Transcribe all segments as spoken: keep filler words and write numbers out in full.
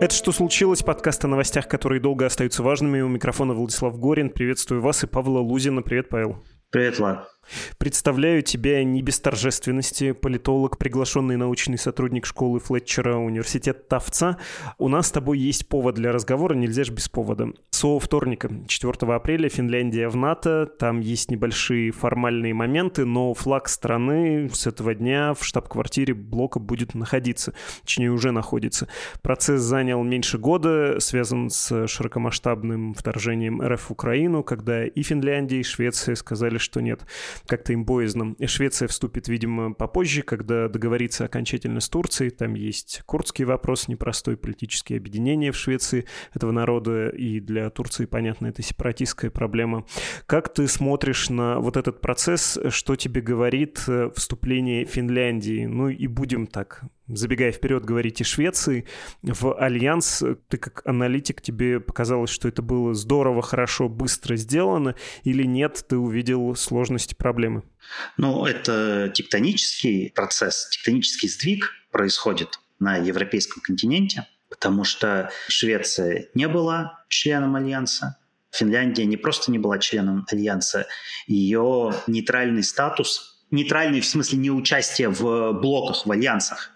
Это «Что случилось?» Подкаст о новостях, которые долго остаются важными. У микрофона Владислав Горин. Приветствую вас и Павла Лузина. Привет, Павел. Привет, Влад. Представляю тебя не без торжественности. Политолог, приглашенный научный сотрудник школы Флетчера, университет Тавца. У нас с тобой есть повод для разговора, нельзя же без повода. Со вторника, четвёртого апреля, Финляндия в НАТО. Там есть небольшие формальные моменты, но флаг страны с этого дня в штаб-квартире блока будет находиться. Точнее, уже находится. Процесс занял меньше года, связан с широкомасштабным вторжением эр эф в Украину, когда и Финляндия, и Швеция сказали, что нет. Как-то им боязно. И Швеция вступит, видимо, попозже, когда договорится окончательно с Турцией. Там есть курдский вопрос, непростое политическое объединение в Швеции этого народа, и для Турции, понятно, это сепаратистская проблема. Как ты смотришь на вот этот процесс? Что тебе говорит вступление Финляндии? Ну и будем так, забегая вперед, говорить и Швеции в альянс. Ты как аналитик, тебе показалось, что это было здорово, хорошо, быстро сделано, или нет, ты увидел сложности, проблемы? Ну, это тектонический процесс, тектонический сдвиг происходит на европейском континенте, потому что Швеция не была членом альянса, Финляндия не просто не была членом альянса, ее нейтральный статус, нейтральный в смысле неучастия в блоках, в альянсах,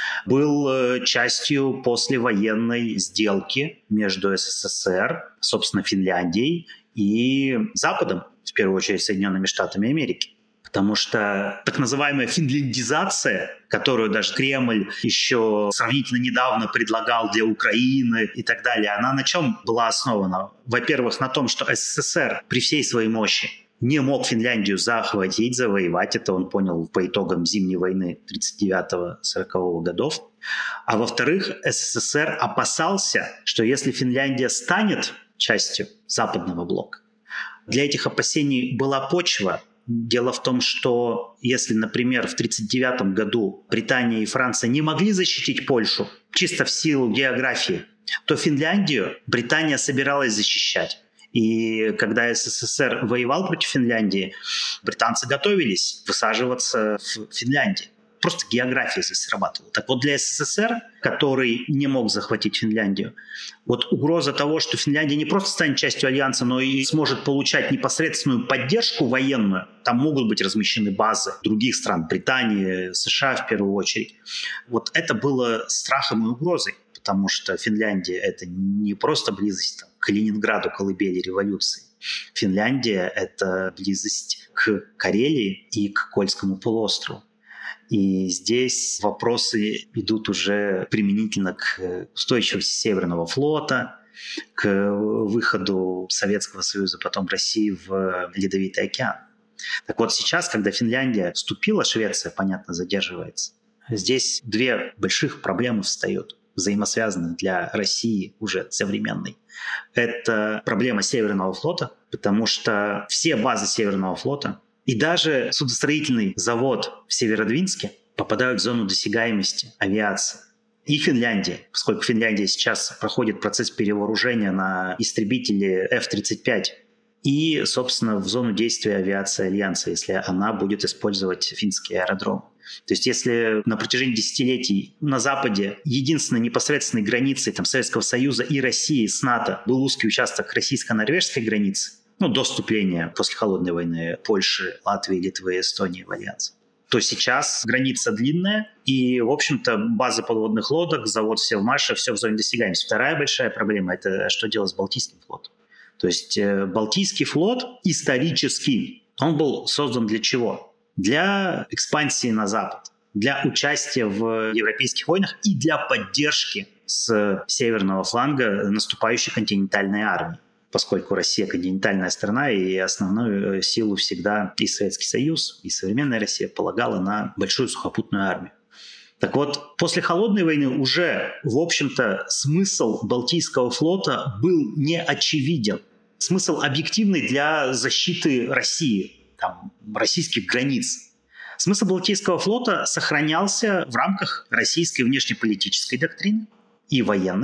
был частью послевоенной сделки между эс эс эс эр, собственно, Финляндией и Западом, в первую очередь Соединенными Штатами Америки. Потому что так называемая финляндизация, которую даже Кремль еще сравнительно недавно предлагал для Украины и так далее, она на чем была основана? Во-первых, на том, что эс эс эс эр при всей своей мощи не мог Финляндию захватить, завоевать. Это он понял по итогам Зимней войны тридцать девятого — сорокового годов. А во-вторых, эс эс эс эр опасался, что если Финляндия станет частью западного блока, для этих опасений была почва. Дело в том, что если, например, в тридцать девятом году Британия и Франция не могли защитить Польшу чисто в силу географии, то Финляндию Британия собиралась защищать. И когда эс эс эс эр воевал против Финляндии, британцы готовились высаживаться в Финляндии. Просто география здесь срабатывала. Так вот, для эс эс эс эр, который не мог захватить Финляндию, вот угроза того, что Финляндия не просто станет частью альянса, но и сможет получать непосредственную поддержку военную, там могут быть размещены базы других стран, Британии, США в первую очередь. Вот это было страхом и угрозой, потому что Финляндия — это не просто близость там, к Ленинграду, колыбели революции. Финляндия — это близость к Карелии и к Кольскому полуострову. И здесь вопросы идут уже применительно к устойчивости Северного флота, к выходу Советского Союза, потом России в Ледовитый океан. Так вот сейчас, когда Финляндия вступила, Швеция, понятно, задерживается. Здесь две больших проблемы встают, взаимосвязанные для России уже современной. Это проблема Северного флота, потому что все базы Северного флота и даже судостроительный завод в Северодвинске попадают в зону досягаемости авиации. И Финляндия, поскольку Финляндия сейчас проходит процесс перевооружения на истребители эф тридцать пять, и, собственно, в зону действия авиации Альянса, если она будет использовать финские аэродромы. То есть если на протяжении десятилетий на Западе единственной непосредственной границей там, Советского Союза и России с НАТО был узкий участок российско-норвежской границы, ну, до вступления после Холодной войны Польши, Латвии, Литвы и Эстонии в альянс, то сейчас граница длинная, и, в общем-то, база подводных лодок, завод все в марше, все в зоне досягаемости. Вторая большая проблема — это что делать с Балтийским флотом. То есть э, Балтийский флот исторически, он был создан для чего? Для экспансии на Запад, для участия в европейских войнах и для поддержки с северного фланга наступающей континентальной армии. Поскольку Россия континентальная страна, и основную силу всегда и Советский Союз, и современная Россия полагала на большую сухопутную армию. Так вот, после Холодной войны уже, в общем-то, смысл Балтийского флота был не очевиден. Смысл объективный для защиты России, там, российских границ. Смысл Балтийского флота сохранялся в рамках российской внешнеполитической доктрины и военной,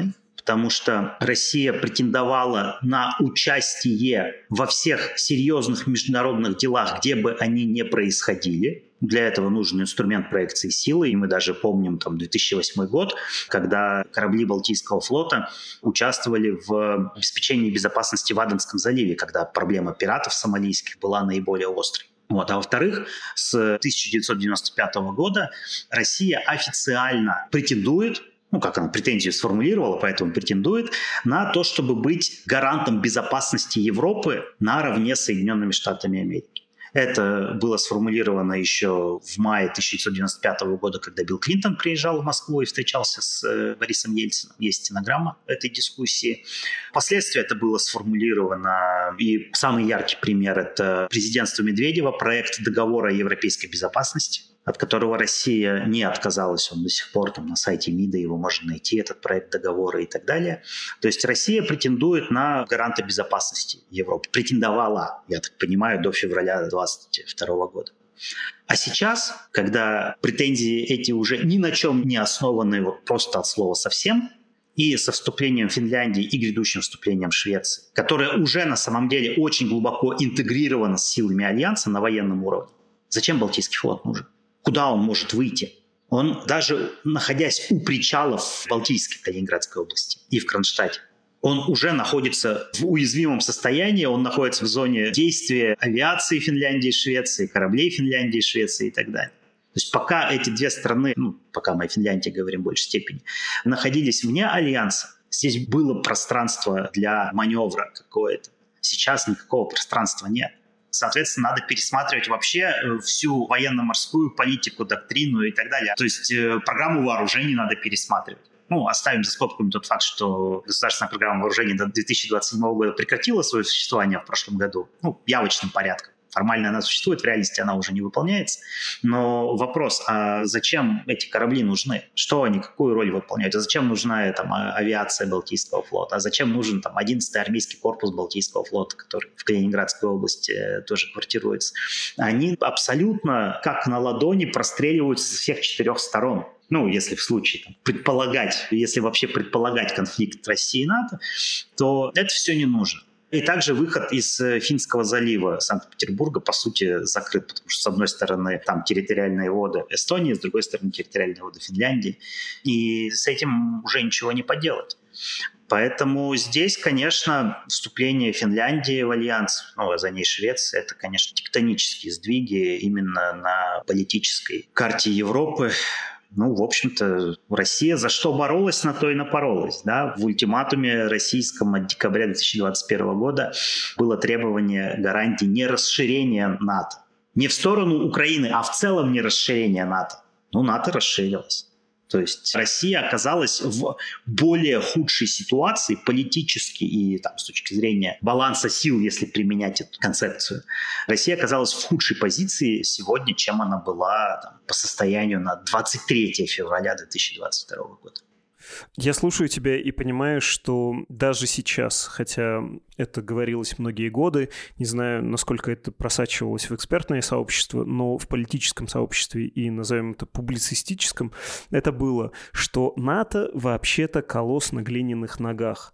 потому что Россия претендовала на участие во всех серьезных международных делах, где бы они ни происходили. Для этого нужен инструмент проекции силы, и мы даже помним там две тысячи восьмой год, когда корабли Балтийского флота участвовали в обеспечении безопасности в Аденском заливе, когда проблема пиратов сомалийских была наиболее острой. Вот. А во-вторых, с тысяча девятьсот девяносто пятого года Россия официально претендует, ну, как она претензию сформулировала, поэтому претендует на то, чтобы быть гарантом безопасности Европы наравне с Соединенными Штатами Америки. Это было сформулировано еще в мае тысяча девятьсот девяносто пятого года, когда Билл Клинтон приезжал в Москву и встречался с Борисом Ельциным. Есть стенограмма этой дискуссии. Впоследствии это было сформулировано, и самый яркий пример – это президентство Медведева, проект договора о европейской безопасности, от которого Россия не отказалась, он до сих пор там на сайте МИДа, его можно найти, этот проект договора и так далее. То есть Россия претендует на гаранта безопасности Европы. Претендовала, я так понимаю, до февраля две тысячи двадцать второго года. А сейчас, когда претензии эти уже ни на чем не основаны, вот просто от слова совсем, и со вступлением Финляндии и грядущим вступлением Швеции, которая уже на самом деле очень глубоко интегрирована с силами Альянса на военном уровне, зачем Балтийский флот нужен? Куда он может выйти? Он даже находясь у причалов в Балтийской, Калининградской области и в Кронштадте, он уже находится в уязвимом состоянии, он находится в зоне действия авиации Финляндии и Швеции, кораблей Финляндии и Швеции и так далее. То есть пока эти две страны, ну, пока мы о Финляндии говорим в большей степени, находились вне Альянса, здесь было пространство для маневра какое-то. Сейчас никакого пространства нет. Соответственно, надо пересматривать вообще всю военно-морскую политику, доктрину и так далее. То есть э, программу вооружений надо пересматривать. Ну, оставим за скобками тот факт, что государственная программа вооружений до две тысячи двадцать седьмого года прекратила свое существование в прошлом году, ну, явочным порядком. Формально она существует, в реальности она уже не выполняется. Но вопрос, а зачем эти корабли нужны? Что они, какую роль выполняют? А зачем нужна там, авиация Балтийского флота? А зачем нужен там, одиннадцатый армейский корпус Балтийского флота, который в Калининградской области тоже квартируется? Они абсолютно как на ладони простреливаются со всех четырех сторон. Ну, если в случае там, предполагать, если вообще предполагать конфликт России и НАТО, то это все не нужно. И также выход из Финского залива Санкт-Петербурга, по сути, закрыт, потому что, с одной стороны, там территориальные воды Эстонии, с другой стороны, территориальные воды Финляндии. И с этим уже ничего не поделать. Поэтому здесь, конечно, вступление Финляндии в Альянс, ну, а за ней Швеция, это, конечно, тектонические сдвиги именно на политической карте Европы. Ну, в общем-то, Россия за что боролась, на то и напоролась. Да? В ультиматуме российском от декабря две тысячи двадцать первого года было требование гарантии не расширения НАТО. Не в сторону Украины, а в целом не расширения НАТО. Ну, НАТО расширилось. То есть Россия оказалась в более худшей ситуации политически и там, с точки зрения баланса сил, если применять эту концепцию. Россия оказалась в худшей позиции сегодня, чем она была там, по состоянию на двадцать третьего февраля две тысячи двадцать второго года. Я слушаю тебя и понимаю, что даже сейчас, хотя это говорилось многие годы, не знаю, насколько это просачивалось в экспертное сообщество, но в политическом сообществе и, назовем это, публицистическом, это было, что НАТО вообще-то колосс на глиняных ногах.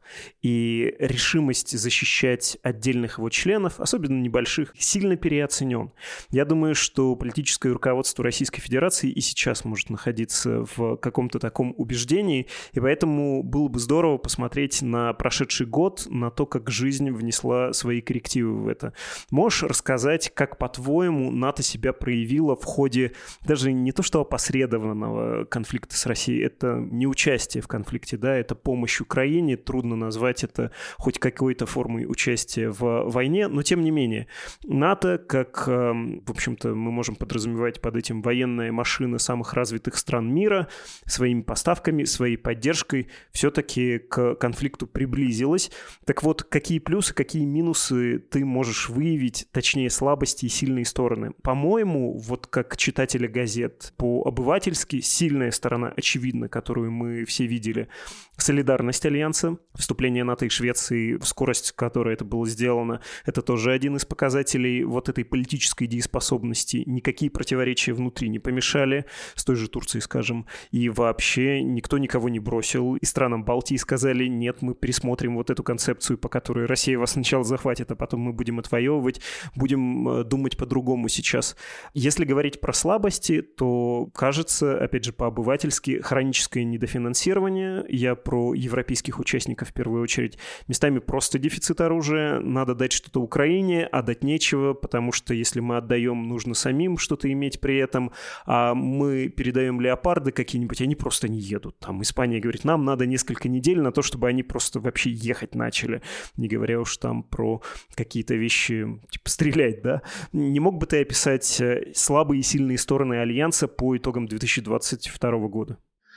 И решимость защищать отдельных его членов, особенно небольших, сильно переоценен. Я думаю, что политическое руководство Российской Федерации и сейчас может находиться в каком-то таком убеждении, и поэтому было бы здорово посмотреть на прошедший год, на то, как жизнь внесла свои коррективы в это. Можешь рассказать, как, по-твоему, НАТО себя проявило в ходе даже не то что опосредованного конфликта с Россией, это не участие в конфликте, да, это помощь Украине, трудно назвать это хоть какой-то формой участия в войне, но тем не менее, НАТО, как, в общем-то, мы можем подразумевать под этим военная машина самых развитых стран мира, своими поставками, своей поддержкой все-таки к конфликту приблизилась. Так вот, какие плюсы, какие минусы ты можешь выявить, точнее, слабости и сильные стороны? По-моему, вот как читателя газет, по-обывательски сильная сторона, очевидно, которую мы все видели. солидарность Альянса, вступление НАТО и Швеции, скорость, с которой это было сделано, это тоже один из показателей вот этой политической дееспособности. Никакие противоречия внутри не помешали, с той же Турцией, скажем, и вообще никто никого не бросил. И странам Балтии сказали: нет, мы пересмотрим вот эту концепцию, по которой Россия вас сначала захватит, а потом мы будем отвоевывать, будем думать по-другому сейчас. Если говорить про слабости, то кажется, опять же, по-обывательски, хроническое недофинансирование. Я про европейских участников в первую очередь. Местами просто дефицит оружия, надо дать что-то Украине, а дать нечего, потому что если мы отдаем, нужно самим что-то иметь при этом, а мы передаем леопарды какие-нибудь, они просто не едут. Там Испания говорит: нам надо несколько недель на то, чтобы они просто вообще ехать начали, не говоря уж там про какие-то вещи, типа стрелять, да? Не мог бы ты описать слабые и сильные стороны Альянса по итогам две тысячи двадцать второго года?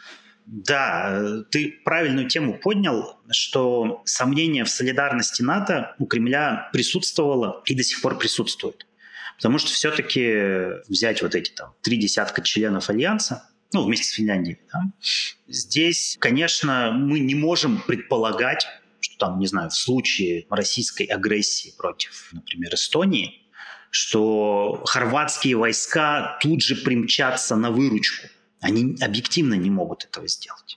Да, ты правильную тему поднял, что сомнение в солидарности НАТО у Кремля присутствовало и до сих пор присутствует. Потому что все-таки взять вот эти там три десятка членов Альянса, ну, вместе с Финляндией, да, здесь, конечно, мы не можем предполагать, что там, не знаю, в случае российской агрессии против, например, Эстонии, что хорватские войска тут же примчатся на выручку. Они объективно не могут этого сделать.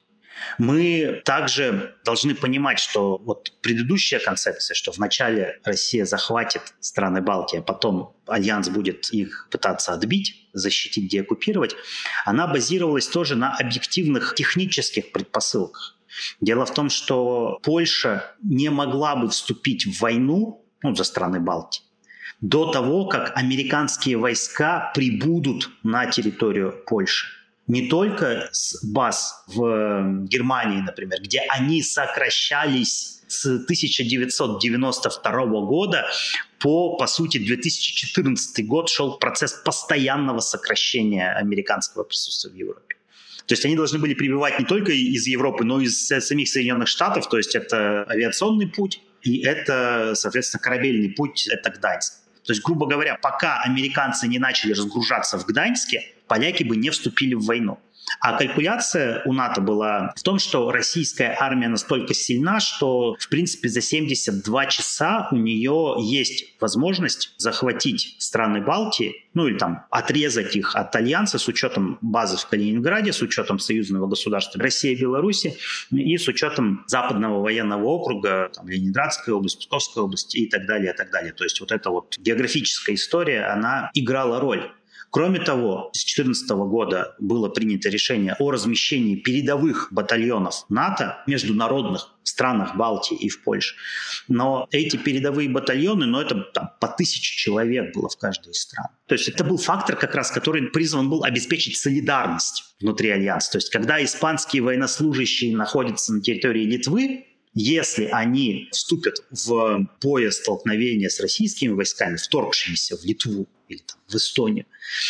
Мы также должны понимать, что вот предыдущая концепция, что вначале Россия захватит страны Балтии, а потом Альянс будет их пытаться отбить, защитить, деоккупировать, она базировалась тоже на объективных технических предпосылках. Дело в том, что Польша не могла бы вступить в войну, ну, за страны Балтии до того, как американские войска прибудут на территорию Польши. Не только с баз в Германии, например, где они сокращались с тысяча девятьсот девяносто второго года по, по сути, две тысячи четырнадцатый год шел процесс постоянного сокращения американского присутствия в Европе. То есть они должны были прибывать не только из Европы, но и из самих Соединенных Штатов, то есть это авиационный путь и это, соответственно, корабельный путь, это Гданьск. То есть, грубо говоря, пока американцы не начали разгружаться в Гданьске, поляки бы не вступили в войну. А калькуляция у НАТО была в том, что российская армия настолько сильна, что, в принципе, за семьдесят два часа у нее есть возможность захватить страны Балтии, ну или там отрезать их от Альянса с учетом базы в Калининграде, с учетом союзного государства Россия и Беларусь и с учетом Западного военного округа, там, Ленинградская область, Псковская область и так далее, и так далее. То есть вот эта вот географическая история, она играла роль. Кроме того, с две тысячи четырнадцатого года было принято решение о размещении передовых батальонов НАТО в международных странах Балтии и в Польше. Но эти передовые батальоны, ну это там, по тысяче человек было в каждой из стран. То есть это был фактор, как раз, который призван был обеспечить солидарность внутри Альянса. То есть когда испанские военнослужащие находятся на территории Литвы, если они вступят в пояс столкновения с российскими войсками, вторгшимися в Литву или там, в Эстонию,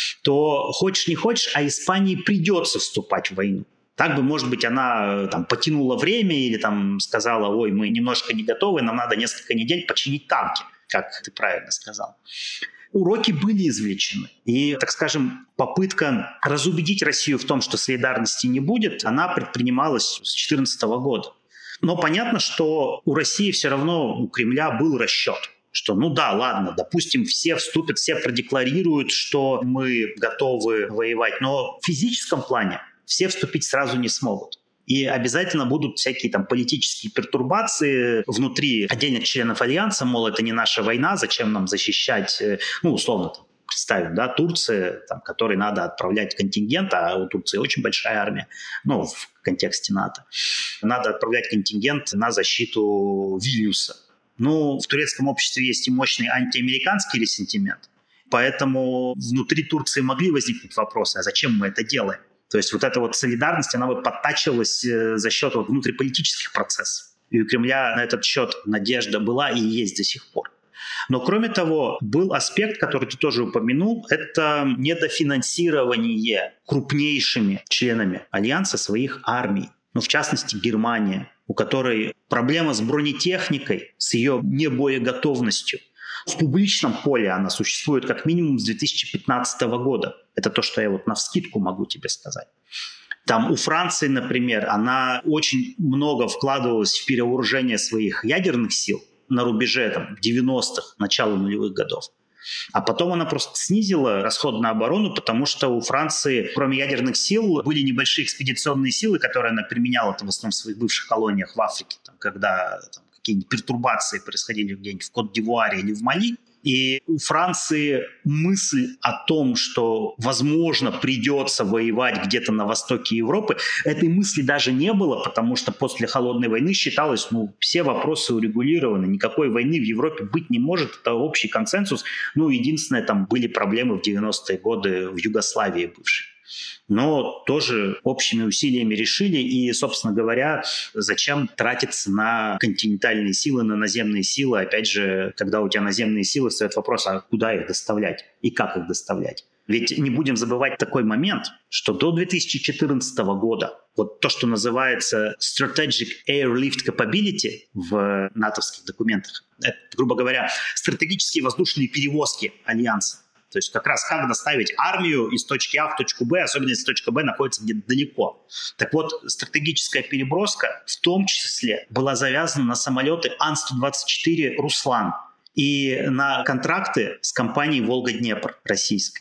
то хочешь не хочешь, а Испании придется вступать в войну. Так бы, может быть, она там, потянула время или там, сказала: ой, мы немножко не готовы, нам надо несколько недель починить танки, как ты правильно сказал. Уроки были извлечены. И, так скажем, попытка разубедить Россию в том, что солидарности не будет, она предпринималась с две тысячи четырнадцатого года. Но понятно, что у России все равно, у Кремля был расчет, что ну да, ладно, допустим, все вступят, все продекларируют, что мы готовы воевать, но в физическом плане все вступить сразу не смогут. И обязательно будут всякие там политические пертурбации внутри отдельных членов Альянса, мол, это не наша война, зачем нам защищать, ну, условно, там, представим, да, Турция, там, которой надо отправлять контингент, а у Турции очень большая армия, ну, в контексте НАТО. Надо отправлять контингент на защиту Вильнюса. Ну, в турецком обществе есть и мощный антиамериканский ресентимент, поэтому внутри Турции могли возникнуть вопросы, а зачем мы это делаем? То есть вот эта вот солидарность, она бы подтачивалась за счет вот внутриполитических процессов. И у Кремля на этот счет надежда была и есть до сих пор. Но кроме того, был аспект, который ты тоже упомянул, это недофинансирование крупнейшими членами Альянса своих армий. Ну, в частности, Германия, у которой проблема с бронетехникой, с ее небоеготовностью. В публичном поле она существует как минимум с две тысячи пятнадцатого года. Это то, что я вот навскидку могу тебе сказать. Там у Франции, например, она очень много вкладывалась в перевооружение своих ядерных сил на рубеже там, девяностых, начала нулевых годов. А потом она просто снизила расход на оборону, потому что у Франции, кроме ядерных сил, были небольшие экспедиционные силы, которые она применяла там, в основном в своих бывших колониях в Африке, там, когда там, какие-нибудь пертурбации происходили где-нибудь в Кот-д'Ивуаре или в Мали. И у Франции мысль о том, что, возможно, придется воевать где-то на востоке Европы, этой мысли даже не было, потому что после Холодной войны считалось, ну, все вопросы урегулированы, никакой войны в Европе быть не может, это общий консенсус. Ну, единственное, там были проблемы в девяностые годы в Югославии бывшей. Но тоже общими усилиями решили. И, собственно говоря, зачем тратиться на континентальные силы, на наземные силы? Опять же, когда у тебя наземные силы, встает вопрос, а куда их доставлять и как их доставлять? Ведь не будем забывать такой момент, что до две тысячи четырнадцатого года вот то, что называется Strategic Airlift Capability в натовских документах, это, грубо говоря, стратегические воздушные перевозки Альянса. То есть как раз как доставить армию из точки А в точку Б, особенно если точка Б находится где-то далеко. Так вот, стратегическая переброска в том числе была завязана на самолеты Ан сто двадцать четыре «Руслан» и на контракты с компанией «Волга-Днепр» российской.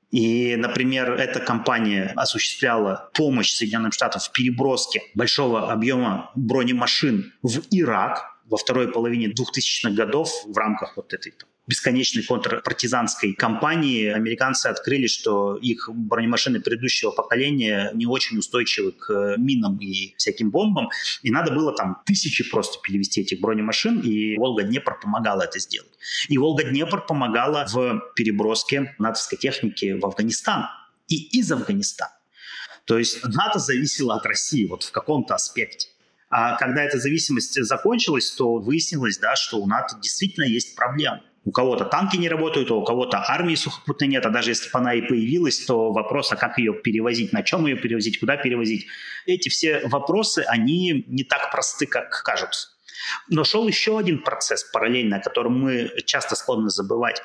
И, например, эта компания осуществляла помощь Соединенным Штатам в переброске большого объема бронемашин в Ирак во второй половине двухтысячных годов в рамках вот этой бесконечной контрпартизанской кампании. Американцы открыли, что их бронемашины предыдущего поколения не очень устойчивы к минам и всяким бомбам, и надо было там тысячи просто перевести этих бронемашин, и Волга-Днепр помогала это сделать. И Волга-Днепр помогала в переброске натовской техники в Афганистан и из Афганистана. То есть НАТО зависело от России вот в каком-то аспекте. А когда эта зависимость закончилась, то выяснилось, да, что у НАТО действительно есть проблемы. У кого-то танки не работают, а у кого-то армии сухопутной нет, а даже если бы она и появилась, то вопрос, а как ее перевозить, на чем ее перевозить, куда перевозить. Эти все вопросы, они не так просты, как кажутся. Но шел еще один процесс параллельно, о котором мы часто склонны забывать.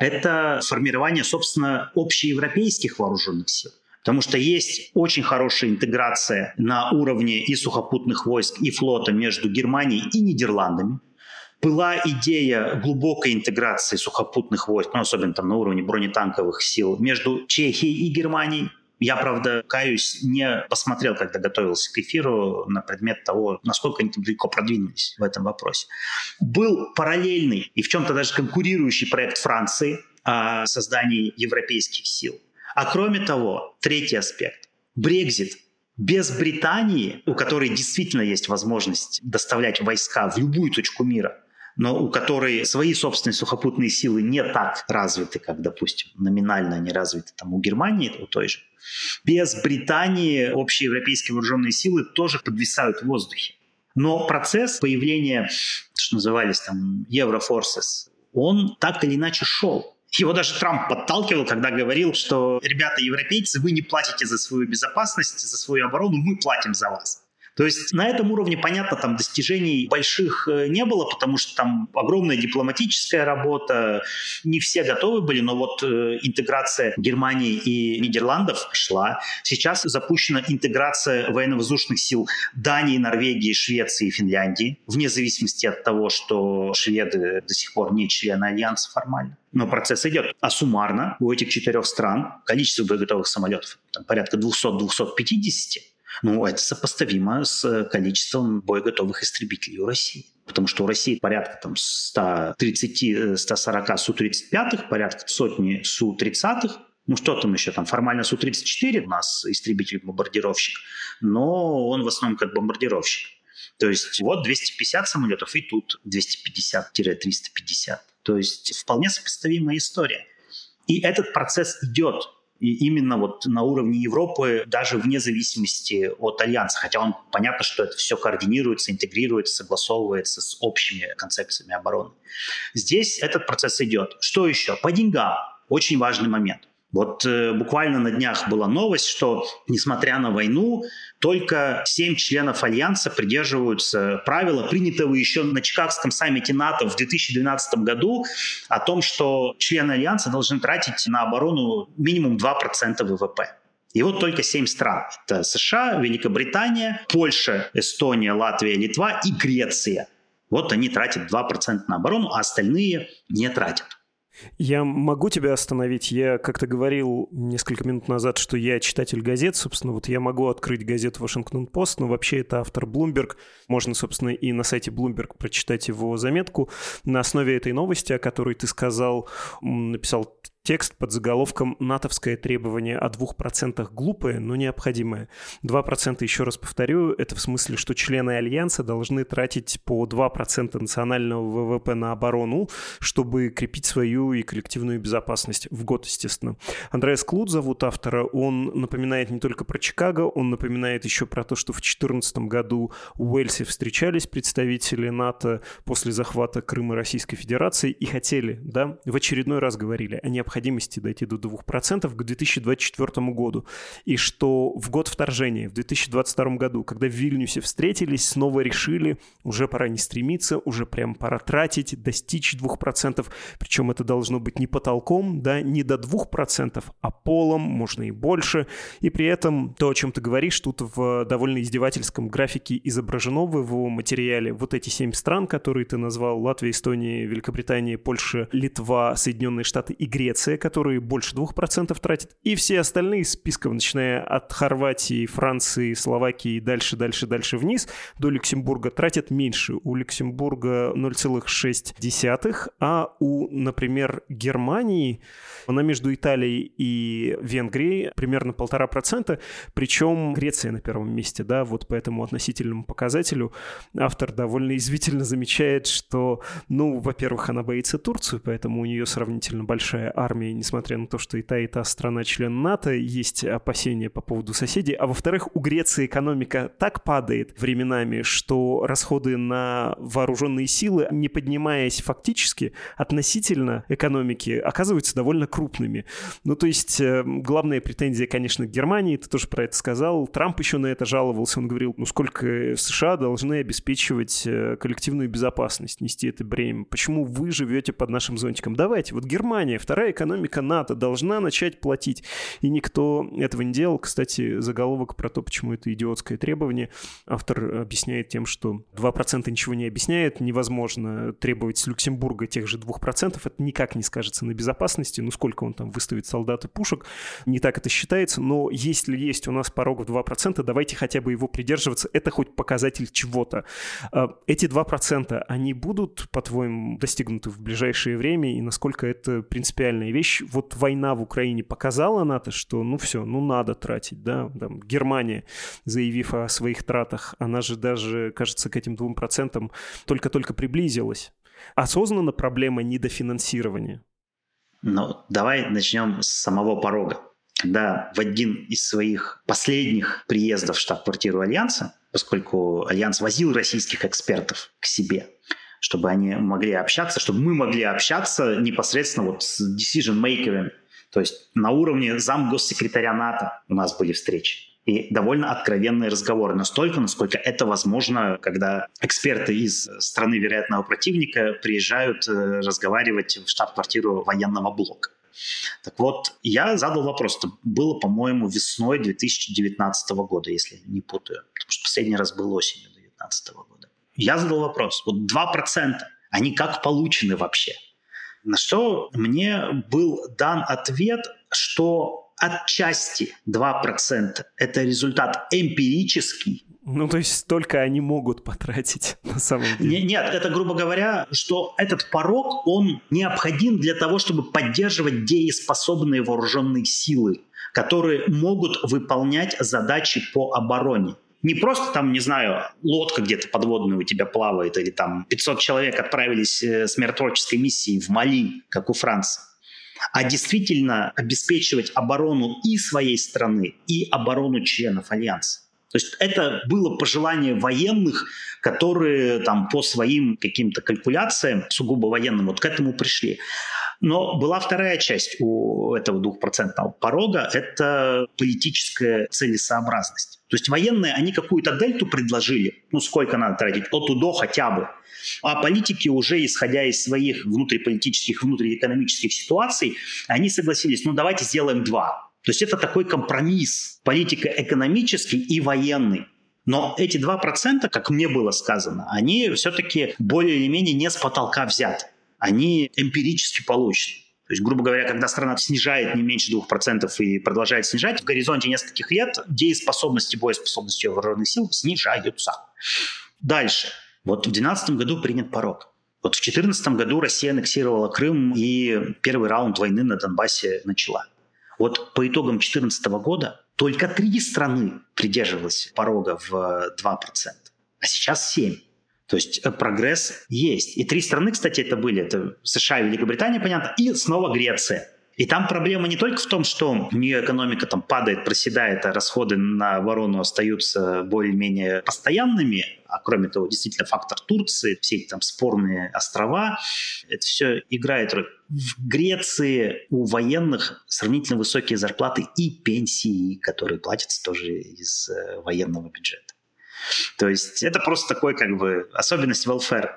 Это формирование, собственно, общеевропейских вооруженных сил. Потому что есть очень хорошая интеграция на уровне и сухопутных войск, и флота между Германией и Нидерландами. Была идея глубокой интеграции сухопутных войск, ну, особенно там на уровне бронетанковых сил, между Чехией и Германией. Я, правда, каюсь, не посмотрел, когда готовился к эфиру, на предмет того, насколько они там далеко продвинулись в этом вопросе. Был параллельный и в чем-то даже конкурирующий проект Франции о создании европейских сил. А кроме того, третий аспект – Брексит. Без Британии, у которой действительно есть возможность доставлять войска в любую точку мира, но у которой свои собственные сухопутные силы не так развиты, как, допустим, номинально они развиты там, у Германии, у той же. Без Британии общеевропейские вооруженные силы тоже подвисают в воздухе. Но процесс появления, что назывались там Euroforces, он так или иначе шел. Его даже Трамп подталкивал, когда говорил, что ребята, европейцы, вы не платите за свою безопасность, за свою оборону, мы платим за вас. То есть на этом уровне, понятно, там достижений больших не было, потому что там огромная дипломатическая работа, не все готовы были, но вот э, интеграция Германии и Нидерландов шла. Сейчас запущена интеграция военно-воздушных сил Дании, Норвегии, Швеции и Финляндии, вне зависимости от того, что шведы до сих пор не члены Альянса формально. Но процесс идет. А суммарно у этих четырех стран количество боеготовых самолетов там, порядка двести - двести пятьдесят. Ну, это сопоставимо с количеством боеготовых истребителей у России. Потому что у России порядка там, сто тридцать - сто сорок Су тридцать пять, порядка сотни Су тридцать. Ну, что там еще? Там формально Су тридцать четыре у нас истребитель-бомбардировщик, но он в основном как бомбардировщик. То есть вот двести пятьдесят самолетов, и тут двести пятьдесят - триста пятьдесят. То есть вполне сопоставимая история. И этот процесс идет. И именно вот на уровне Европы, даже вне зависимости от Альянса. Хотя он, понятно, что это все координируется, интегрируется, согласовывается с общими концепциями обороны. Здесь этот процесс идет. Что еще? По деньгам. Очень важный момент. Вот э, буквально на днях была новость, что, несмотря на войну, только семь членов Альянса придерживаются правила, принятого еще на Чикагском саммите НАТО в две тысячи двенадцатом году, о том, что члены Альянса должны тратить на оборону минимум два процента вэ вэ пэ. И вот только семь стран. Это США, Великобритания, Польша, Эстония, Латвия, Литва и Греция. Вот они тратят два процента на оборону, а остальные не тратят. Я могу тебя остановить? Я как-то говорил несколько минут назад, что я читатель газет. Собственно, вот я могу открыть газету «Вашингтон-Пост», но вообще это автор Bloomberg. Можно, собственно, и на сайте Bloomberg прочитать его заметку. На основе этой новости, о которой ты сказал, написал текст под заголовком «Натовское требование о двух процентах глупое, но необходимое». два процента, еще раз повторю, это в смысле, что члены Альянса должны тратить по два процента национального ВВП на оборону, чтобы крепить свою и коллективную безопасность в год, естественно. Андреас Клут зовут автора. Он напоминает не только про Чикаго, он напоминает еще про то, что в две тысячи четырнадцатом году в Уэльсе встречались представители НАТО после захвата Крыма Российской Федерации и хотели, да, в очередной раз говорили о необходимости необходимости дойти до двух процентов к две тысячи двадцать четвёртому году. И что в год вторжения, в две тысячи двадцать втором году, когда в Вильнюсе встретились, снова решили, уже пора не стремиться, уже прям пора тратить, достичь двух процентов. Причем это должно быть не потолком, да, не до двух процентов, а полом, можно и больше. И при этом то, о чем ты говоришь, тут в довольно издевательском графике изображено в его материале вот эти семь стран, которые ты назвал: Латвия, Эстония, Великобритания, Польша, Литва, Соединенные Штаты и Греция, которые больше двух процентов тратят, и все остальные списком, начиная от Хорватии, Франции, Словакии и дальше, дальше, дальше вниз, до Люксембурга тратят меньше. У Люксембурга ноль целых шесть десятых, а у, например, Германии, она между Италией и Венгрией примерно полтора процента, причем Греция на первом месте, да, вот по этому относительному показателю автор довольно извительно замечает, что, ну, во-первых, она боится Турцию, поэтому у нее сравнительно большая армия, несмотря на то, что и та, и та страна член НАТО, есть опасения по поводу соседей. А во-вторых, у Греции экономика так падает временами, что расходы на вооруженные силы, не поднимаясь фактически, относительно экономики, оказываются довольно крупными. Ну, то есть, главная претензия, конечно, к Германии, ты тоже про это сказал. Трамп еще на это жаловался. Он говорил, ну, сколько США должны обеспечивать коллективную безопасность, нести это бремя. Почему вы живете под нашим зонтиком? Давайте, вот Германия, вторая экономика, Экономика НАТО должна начать платить. И никто этого не делал. Кстати, заголовок про то, почему это идиотское требование, автор объясняет тем, что два процента ничего не объясняет. Невозможно требовать с Люксембурга тех же двух процентов. Это никак не скажется на безопасности. Ну, сколько он там выставит солдат и пушек. Не так это считается. Но если есть у нас порог в два процента, давайте хотя бы его придерживаться. Это хоть показатель чего-то. Эти два процента, они будут, по-твоему, достигнуты в ближайшее время? И насколько это принципиальная вещь? Вот война в Украине показала НАТО, что ну все, ну надо тратить, да, там, Германия, заявив о своих тратах, она же даже, кажется, к этим двум процентам только-только приблизилась. Осознанно проблема недофинансирования. Ну, давай начнем с самого порога. Когда в один из своих последних приездов в штаб-квартиру Альянса, поскольку Альянс возил российских экспертов к себе, чтобы они могли общаться, чтобы мы могли общаться непосредственно вот с decision-makers. То есть на уровне замгоссекретаря НАТО у нас были встречи. И довольно откровенные разговоры. Настолько, насколько это возможно, когда эксперты из страны вероятного противника приезжают разговаривать в штаб-квартиру военного блока. Так вот, я задал вопрос. Это было, по-моему, весной две тысячи девятнадцатого года, если не путаю. Потому что последний раз был осенью две тысячи девятнадцатого года. Я задал вопрос, вот два процента, они как получены вообще? На что мне был дан ответ, что отчасти два процента – это результат эмпирический. Ну, то есть столько они могут потратить на самом деле. Нет, это, грубо говоря, что этот порог, он необходим для того, чтобы поддерживать дееспособные вооруженные силы, которые могут выполнять задачи по обороне. Не просто там, не знаю, лодка где-то подводная у тебя плавает, или там пятьсот человек отправились с миротворческой миссией в Мали, как у Франции, а действительно обеспечивать оборону и своей страны, и оборону членов Альянса. То есть это было пожелание военных, которые там по своим каким-то калькуляциям, сугубо военным, вот к этому пришли. Но была вторая часть у этого двухпроцентного порога – это политическая целесообразность. То есть военные, они какую-то дельту предложили, ну сколько надо тратить, от и до хотя бы. А политики уже, исходя из своих внутриполитических, внутриэкономических ситуаций, они согласились, ну давайте сделаем два. То есть это такой компромисс политико-экономический и военный. Но эти два процента, как мне было сказано, они все-таки более или менее не с потолка взяты. Они эмпирически получены. То есть, грубо говоря, когда страна снижает не меньше двух процентов и продолжает снижать, в горизонте нескольких лет дееспособность и боеспособность ее вооруженных сил снижаются. Дальше. Вот в две тысячи двенадцатом году принят порог. Вот в две тысячи четырнадцатом году Россия аннексировала Крым, и первый раунд войны на Донбассе начала. Вот по итогам две тысячи четырнадцатого года только три страны придерживались порога в два процента, а сейчас семь. То есть прогресс есть. И три страны, кстати, это были. Это США, Великобритания, понятно, и снова Греция. И там проблема не только в том, что у нее экономика там падает, проседает, а расходы на оборону остаются более-менее постоянными, а кроме того, действительно, фактор Турции, все эти там спорные острова, это все играет роль. В Греции у военных сравнительно высокие зарплаты и пенсии, которые платятся тоже из военного бюджета. То есть это просто такой как бы особенность welfare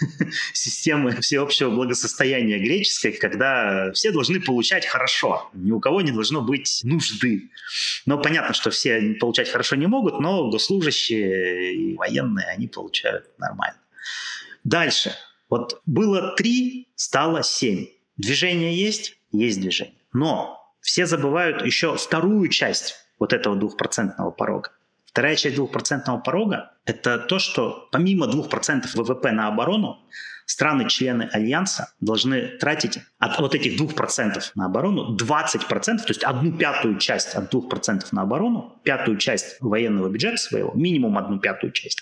системы всеобщего благосостояния греческой, когда все должны получать хорошо, ни у кого не должно быть нужды. Но понятно, что все получать хорошо не могут, но госслужащие и военные, они получают нормально. Дальше. Вот было три, стало семь. Движение есть? Есть движение. Но все забывают еще вторую часть вот этого двухпроцентного порога. Вторая часть двухпроцентного порога – это то, что помимо двух процентов вэ вэ пэ на оборону, страны-члены Альянса должны тратить от вот этих двух процентов на оборону двадцать процентов, то есть одну пятую часть от двух процентов на оборону, пятую часть военного бюджета своего, минимум одну пятую часть,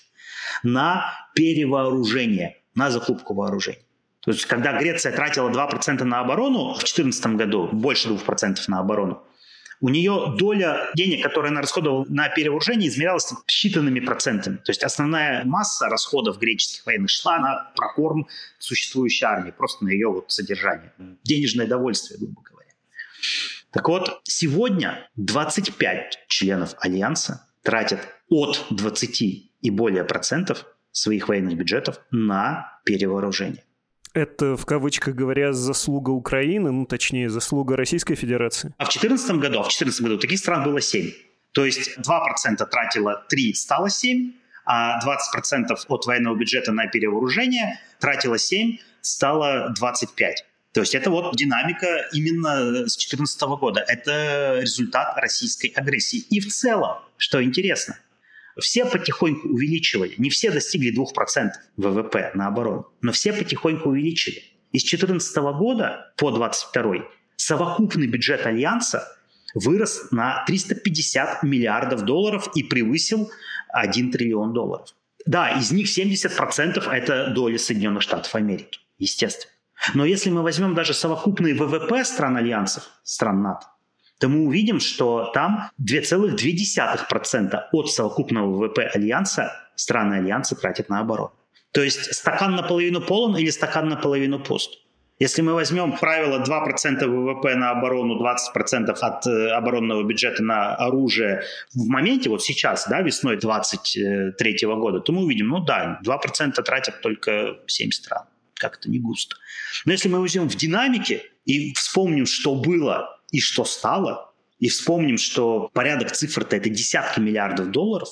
на перевооружение, на закупку вооружений. То есть когда Греция тратила два процента на оборону в две тысячи четырнадцатом году, больше двух процентов на оборону, у нее доля денег, которые она расходовала на перевооружение, измерялась считанными процентами. То есть основная масса расходов греческих военных шла на прокорм существующей армии, просто на ее вот содержание. Денежное довольствие, грубо говоря. Так вот, сегодня двадцать пять членов Альянса тратят от двадцати и более процентов своих военных бюджетов на перевооружение. Это, в кавычках говоря, заслуга Украины, ну, точнее, заслуга Российской Федерации. А в две тысячи четырнадцатом году, а в две тысячи четырнадцатом году таких стран было семь. То есть два процента тратило три, стало семь, а двадцать процентов от военного бюджета на перевооружение тратило семь, стало двадцать пять. То есть это вот динамика именно с две тысячи четырнадцатого года. Это результат российской агрессии. И в целом, что интересно, все потихоньку увеличивали. Не все достигли двух процентов вэ вэ пэ на оборону, но все потихоньку увеличили. И с две тысячи четырнадцатого года по двадцать второй совокупный бюджет Альянса вырос на триста пятьдесят миллиардов долларов и превысил один триллион долларов. Да, из них семьдесят процентов это доля Соединенных Штатов Америки, естественно. Но если мы возьмем даже совокупный вэ вэ пэ стран Альянсов, стран НАТО, то мы увидим, что там два целых две десятых процента от совокупного вэ вэ пэ Альянса страны Альянса тратят на оборону. То есть стакан наполовину полон или стакан наполовину пуст. Если мы возьмем правило два процента вэ вэ пэ на оборону, двадцать процентов от э, оборонного бюджета на оружие в моменте, вот сейчас, да, весной двадцать третьего года, то мы увидим, ну да, два процента тратят только семь стран. Как-то не густо. Но если мы возьмем в динамике и вспомним, что было и что стало, и вспомним, что порядок цифр-то это десятки миллиардов долларов,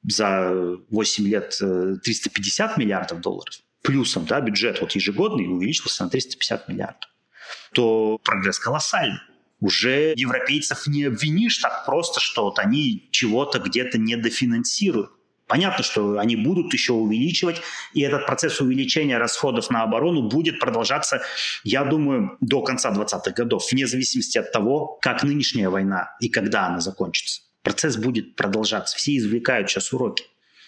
за восемь лет триста пятьдесят миллиардов долларов, плюсом, да, бюджет вот ежегодный увеличился на триста пятьдесят миллиардов, то прогресс колоссальный. Уже европейцев не обвинишь так просто, что вот они чего-то где-то недофинансируют. Понятно, что они будут еще увеличивать, и этот процесс увеличения расходов на оборону будет продолжаться, я думаю, до конца двадцатых годов, вне зависимости от того, как нынешняя война и когда она закончится. Процесс будет продолжаться. Все извлекают сейчас уроки.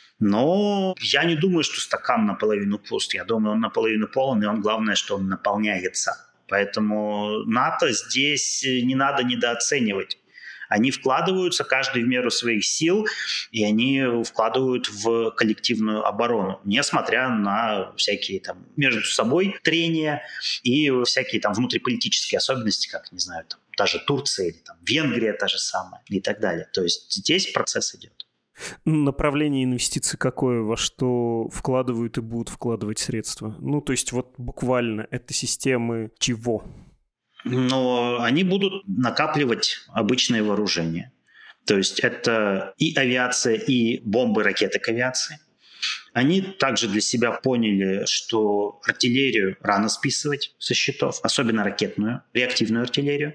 Но я не думаю, что стакан наполовину пуст. Я думаю, он наполовину полон, и он, главное, что он наполняется. Поэтому НАТО здесь не надо недооценивать. Они вкладываются, каждый в меру своих сил, и они вкладывают в коллективную оборону, несмотря на всякие там между собой трения и всякие там внутриполитические особенности, как, не знаю, там, та же Турция или там, Венгрия та же самая и так далее. То есть здесь процесс идет. Направление инвестиций какое, во что вкладывают и будут вкладывать средства? Ну, то есть вот буквально это системы чего? но они будут накапливать обычное вооружение. То есть это и авиация, и бомбы, ракеты к авиации. Они также для себя поняли, что артиллерию рано списывать со счетов, особенно ракетную, реактивную артиллерию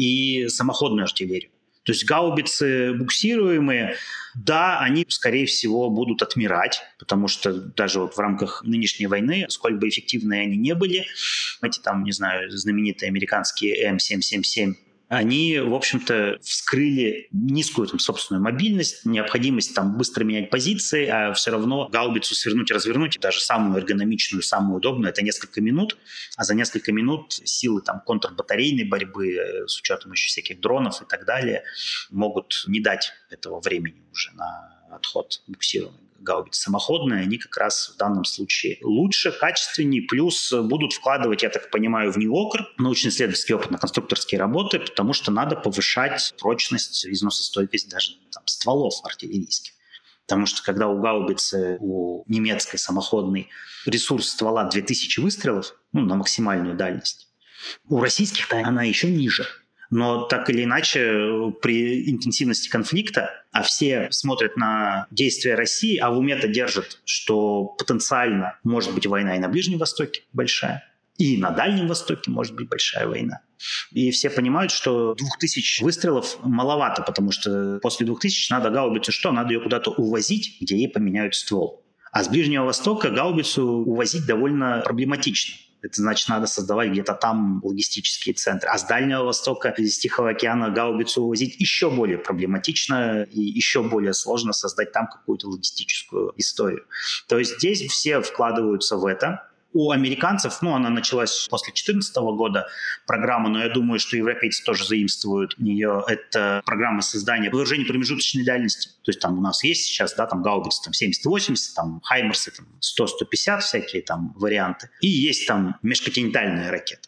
и самоходную артиллерию. То есть гаубицы буксируемые, да, они, скорее всего, будут отмирать, потому что даже вот в рамках нынешней войны, сколь бы эффективные они не были, эти там, не знаю, знаменитые американские эм семь семь семь, они, в общем-то, вскрыли низкую там, собственную мобильность, необходимость там быстро менять позиции, а все равно гаубицу свернуть, развернуть, и даже самую эргономичную, самую удобную, это несколько минут, а за несколько минут силы там, контрбатарейной борьбы, с учетом еще всяких дронов и так далее, могут не дать этого времени уже на отход буксированной гаубицы. Самоходные, они как раз в данном случае лучше, качественнее, плюс будут вкладывать, я так понимаю, в НИОКР научно-исследовательские опытно-конструкторские работы, потому что надо повышать прочность, износостойкость даже там, стволов артиллерийских. Потому что когда у гаубицы, у немецкой самоходной ресурс ствола две тысячи выстрелов, ну, на максимальную дальность, у российских-то она еще ниже. Но так или иначе, при интенсивности конфликта, а все смотрят на действия России, а в уме-то держат, что потенциально может быть война и на Ближнем Востоке большая, и на Дальнем Востоке может быть большая война. И все понимают, что двух тысяч выстрелов маловато, потому что после двух тысяч надо гаубицу что? Надо ее куда-то увозить, где ей поменяют ствол. А с Ближнего Востока гаубицу увозить довольно проблематично. Это значит, надо создавать где-то там логистические центры. А с Дальнего Востока, из Тихого океана гаубицу увозить еще более проблематично и еще более сложно создать там какую-то логистическую историю. То есть здесь все вкладываются в это. У американцев, ну, она началась после две тысячи четырнадцатого года, программа, но я думаю, что европейцы тоже заимствуют ее. Это программа создания вооружений промежуточной дальности. То есть там у нас есть сейчас, да, там гаубицы там семьдесят восемьдесят, там хаймерсы там сто сто пятьдесят всякие там варианты. И есть там межконтинентальные ракеты.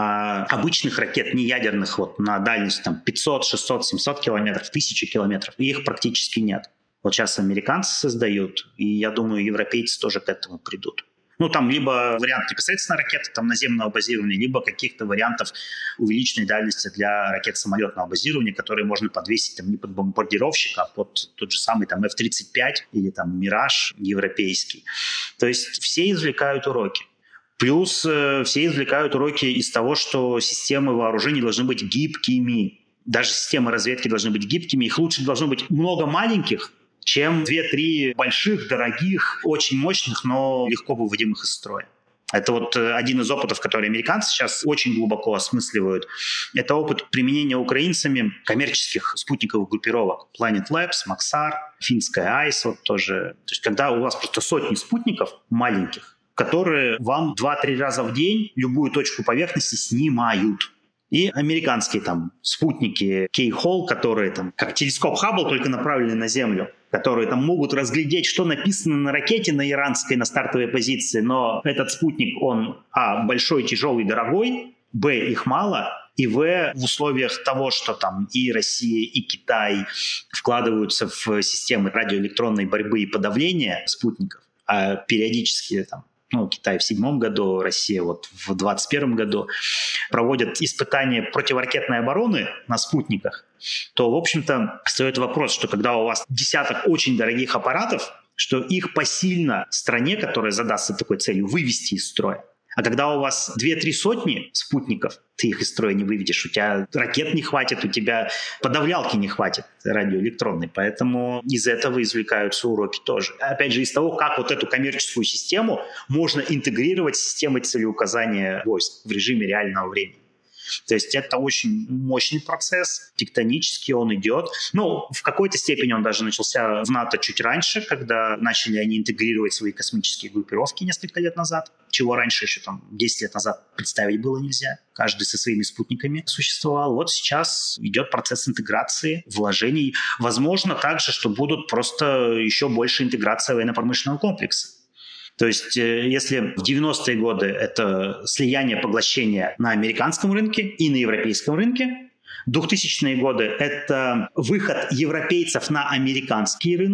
А обычных ракет, не ядерных, вот на дальность там пятьсот, шестьсот, семьсот километров, тысяча километров, их практически нет. Вот сейчас американцы создают, и я думаю, европейцы тоже к этому придут. Ну, там либо вариант непосредственно ракеты там, наземного базирования, либо каких-то вариантов увеличенной дальности для ракет самолетного базирования, которые можно подвесить там, не под бомбардировщик, а под тот же самый там эф тридцать пять или там Мираж европейский. То есть все извлекают уроки. Плюс э, все извлекают уроки из того, что системы вооружений должны быть гибкими. Даже системы разведки должны быть гибкими. Их лучше должно быть много маленьких, чем две-три больших, дорогих, очень мощных, но легко выводимых из строя. Это вот один из опытов, который американцы сейчас очень глубоко осмысливают. Это опыт применения украинцами коммерческих спутниковых группировок. Planet Labs, Maxar, финская айс вот тоже. То есть когда у вас просто сотни спутников маленьких, которые вам два-три раза в день любую точку поверхности снимают. И американские там спутники Keyhole, которые там как телескоп Хаббл, только направлены на Землю, которые там могут разглядеть, что написано на ракете на иранской, на стартовой позиции, но этот спутник, он, а, большой, тяжелый, дорогой, б, их мало, и в, в условиях того, что там и Россия, и Китай вкладываются в системы радиоэлектронной борьбы и подавления спутников, а периодически там, ну, Китай в седьмом году, Россия вот в двадцать первом году проводят испытания противоракетной обороны на спутниках, то, в общем-то, встает вопрос, что когда у вас десяток очень дорогих аппаратов, что их посильно стране, которая задастся такой целью, вывести из строя. А когда у вас две-три сотни спутников, ты их из строя не выведешь, у тебя ракет не хватит, у тебя подавлялки не хватит радиоэлектронной. Поэтому из этого извлекаются уроки тоже. Опять же, из того, как вот эту коммерческую систему можно интегрировать с системой целеуказания войск в режиме реального времени. То есть это очень мощный процесс, тектонический он идет. Ну, в какой-то степени он даже начался в НАТО чуть раньше, когда начали они интегрировать свои космические группировки несколько лет назад, чего раньше еще там десять лет назад представить было нельзя. Каждый со своими спутниками существовал. Вот сейчас идет процесс интеграции, вложений. Возможно также, что будут просто еще больше интеграция военно-промышленного комплекса. То есть, если в девяностые годы это слияние, поглощение на американском рынке и на европейском рынке, двухтысячные годы это выход европейцев на американский рынок,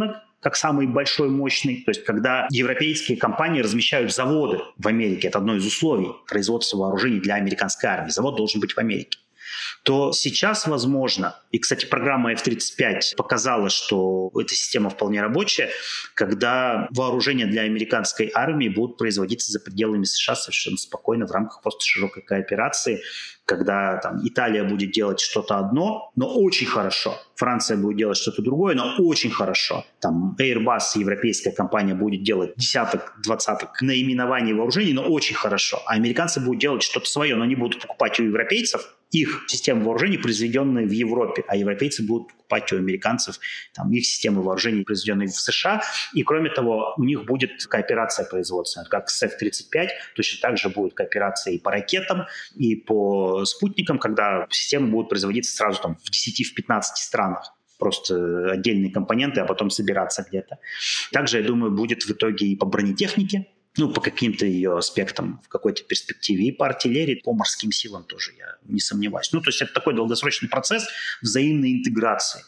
как самый большой, мощный. То есть когда европейские компании размещают заводы в Америке, это одно из условий производства вооружений для американской армии. Завод должен быть в Америке. То сейчас возможно, и, кстати, программа эф тридцать пять показала, что эта система вполне рабочая, когда вооружения для американской армии будут производиться за пределами США совершенно спокойно в рамках просто широкой кооперации, когда там Италия будет делать что-то одно, но очень хорошо. Франция будет делать что-то другое, но очень хорошо. Там Airbus, европейская компания, будет делать десяток, двадцаток наименований вооружений, но очень хорошо. А американцы будут делать что-то свое, но они будут покупать у европейцев их системы вооружений, произведенные в Европе, а европейцы будут покупать у американцев там, их системы вооружений, произведенные в США. И кроме того, у них будет кооперация производственная, как с эф тридцать пять, точно так же будет кооперация и по ракетам, и по спутникам, когда системы будут производиться сразу там, в десяти-пятнадцати странах. Просто отдельные компоненты, а потом собираться где-то. Также, я думаю, будет в итоге и по бронетехнике, ну, по каким-то ее аспектам в какой-то перспективе, и по артиллерии, по морским силам тоже, я не сомневаюсь. Ну, то есть это такой долгосрочный процесс взаимной интеграции.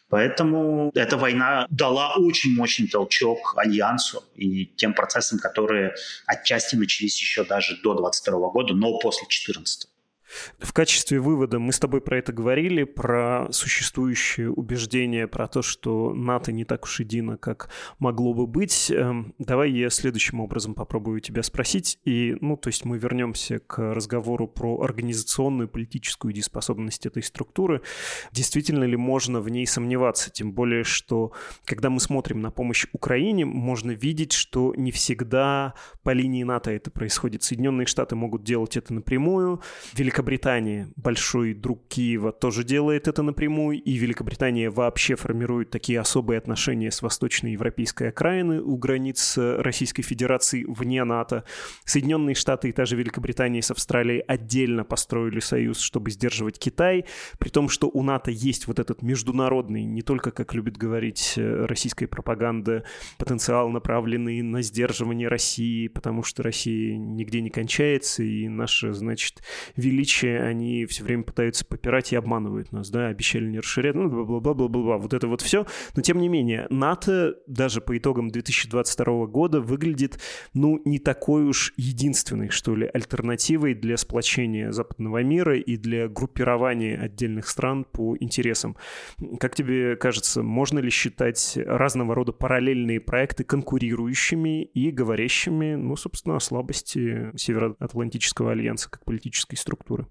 Поэтому эта война дала очень мощный толчок Альянсу и тем процессам, которые отчасти начались еще даже до двадцать второго года, но после две тысячи четырнадцатого. В качестве вывода мы с тобой про это говорили, про существующее убеждение, про то, что НАТО не так уж едино, как могло бы быть. Давай я следующим образом попробую тебя спросить. И, ну, то есть мы вернемся к разговору про организационную политическую дееспособность этой структуры. Действительно ли можно в ней сомневаться? Тем более, что когда мы смотрим на помощь Украине, можно видеть, что не всегда по линии НАТО это происходит. Соединенные Штаты могут делать это напрямую, Великобритания Великобритания, большой друг Киева, тоже делает это напрямую, и Великобритания вообще формирует такие особые отношения с восточноевропейской окраины у границ Российской Федерации вне НАТО. Соединенные Штаты и та же Великобритания с Австралией отдельно построили союз, чтобы сдерживать Китай, при том, что у НАТО есть вот этот международный, не только, как любит говорить российская пропаганда, потенциал, направленный на сдерживание России, потому что Россия нигде не кончается, и наша, значит, величие они все время пытаются попирать и обманывают нас, да, обещали не расширять, ну, бла-бла-бла-бла-бла, вот это вот все. Но, тем не менее, НАТО даже по итогам две тысячи двадцать второго года выглядит, ну, не такой уж единственной, что ли, альтернативой для сплочения западного мира и для группирования отдельных стран по интересам. Как тебе кажется, можно ли считать разного рода параллельные проекты конкурирующими и говорящими, ну, собственно, о слабости Североатлантического альянса как политической структуры?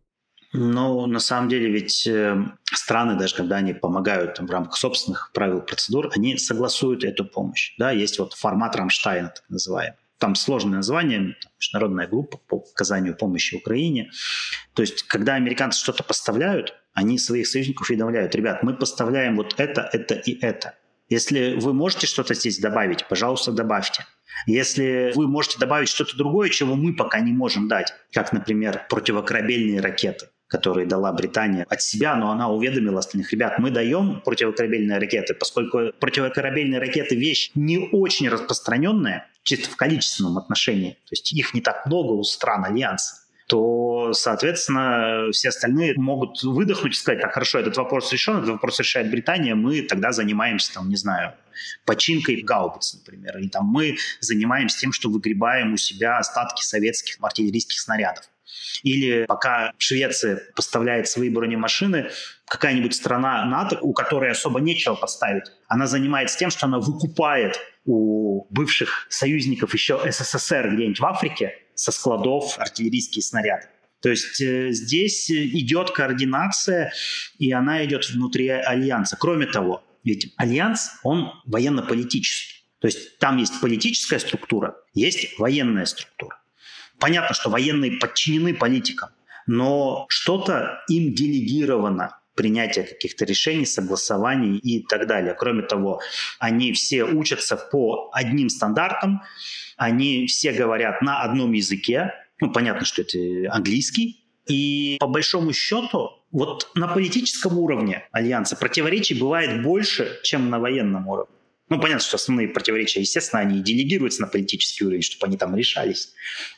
Ну, на самом деле, ведь э, страны, даже когда они помогают там, в рамках собственных правил, процедур, они согласуют эту помощь. Да, есть вот формат Рамштайна, так называемый. Там сложное название, международная группа по оказанию помощи Украине. То есть, когда американцы что-то поставляют, они своих союзников уведомляют: ребят, мы поставляем вот это, это и это. Если вы можете что-то здесь добавить, пожалуйста, добавьте. Если вы можете добавить что-то другое, чего мы пока не можем дать, как, например, противокорабельные ракеты, которые дала Британия от себя, но она уведомила остальных: ребят, мы даем противокорабельные ракеты, поскольку противокорабельные ракеты вещь не очень распространенная, чисто в количественном отношении, то есть их не так много у стран Альянса, то, соответственно, все остальные могут выдохнуть и сказать: так, хорошо, этот вопрос решен, этот вопрос решает Британия, мы тогда занимаемся, там, не знаю, починкой гаубиц, например, или там мы занимаемся тем, что выгребаем у себя остатки советских артиллерийских снарядов. Или пока Швеция поставляет свои бронемашины, какая-нибудь страна НАТО, у которой особо нечего поставить, она занимается тем, что она выкупает у бывших союзников еще СССР где-нибудь в Африке со складов артиллерийские снаряды. То есть э, здесь идет координация, и она идет внутри Альянса. Кроме того, ведь Альянс, он военно-политический. То есть там есть политическая структура, есть военная структура. Понятно, что военные подчинены политикам, но что-то им делегировано. Принятие каких-то решений, согласований и так далее. Кроме того, они все учатся по одним стандартам, они все говорят на одном языке. Ну, понятно, что это английский. И по большому счету, вот на политическом уровне Альянса противоречий бывает больше, чем на военном уровне. Ну, понятно, что основные противоречия, естественно, они делегируются на политический уровень, чтобы они там решались.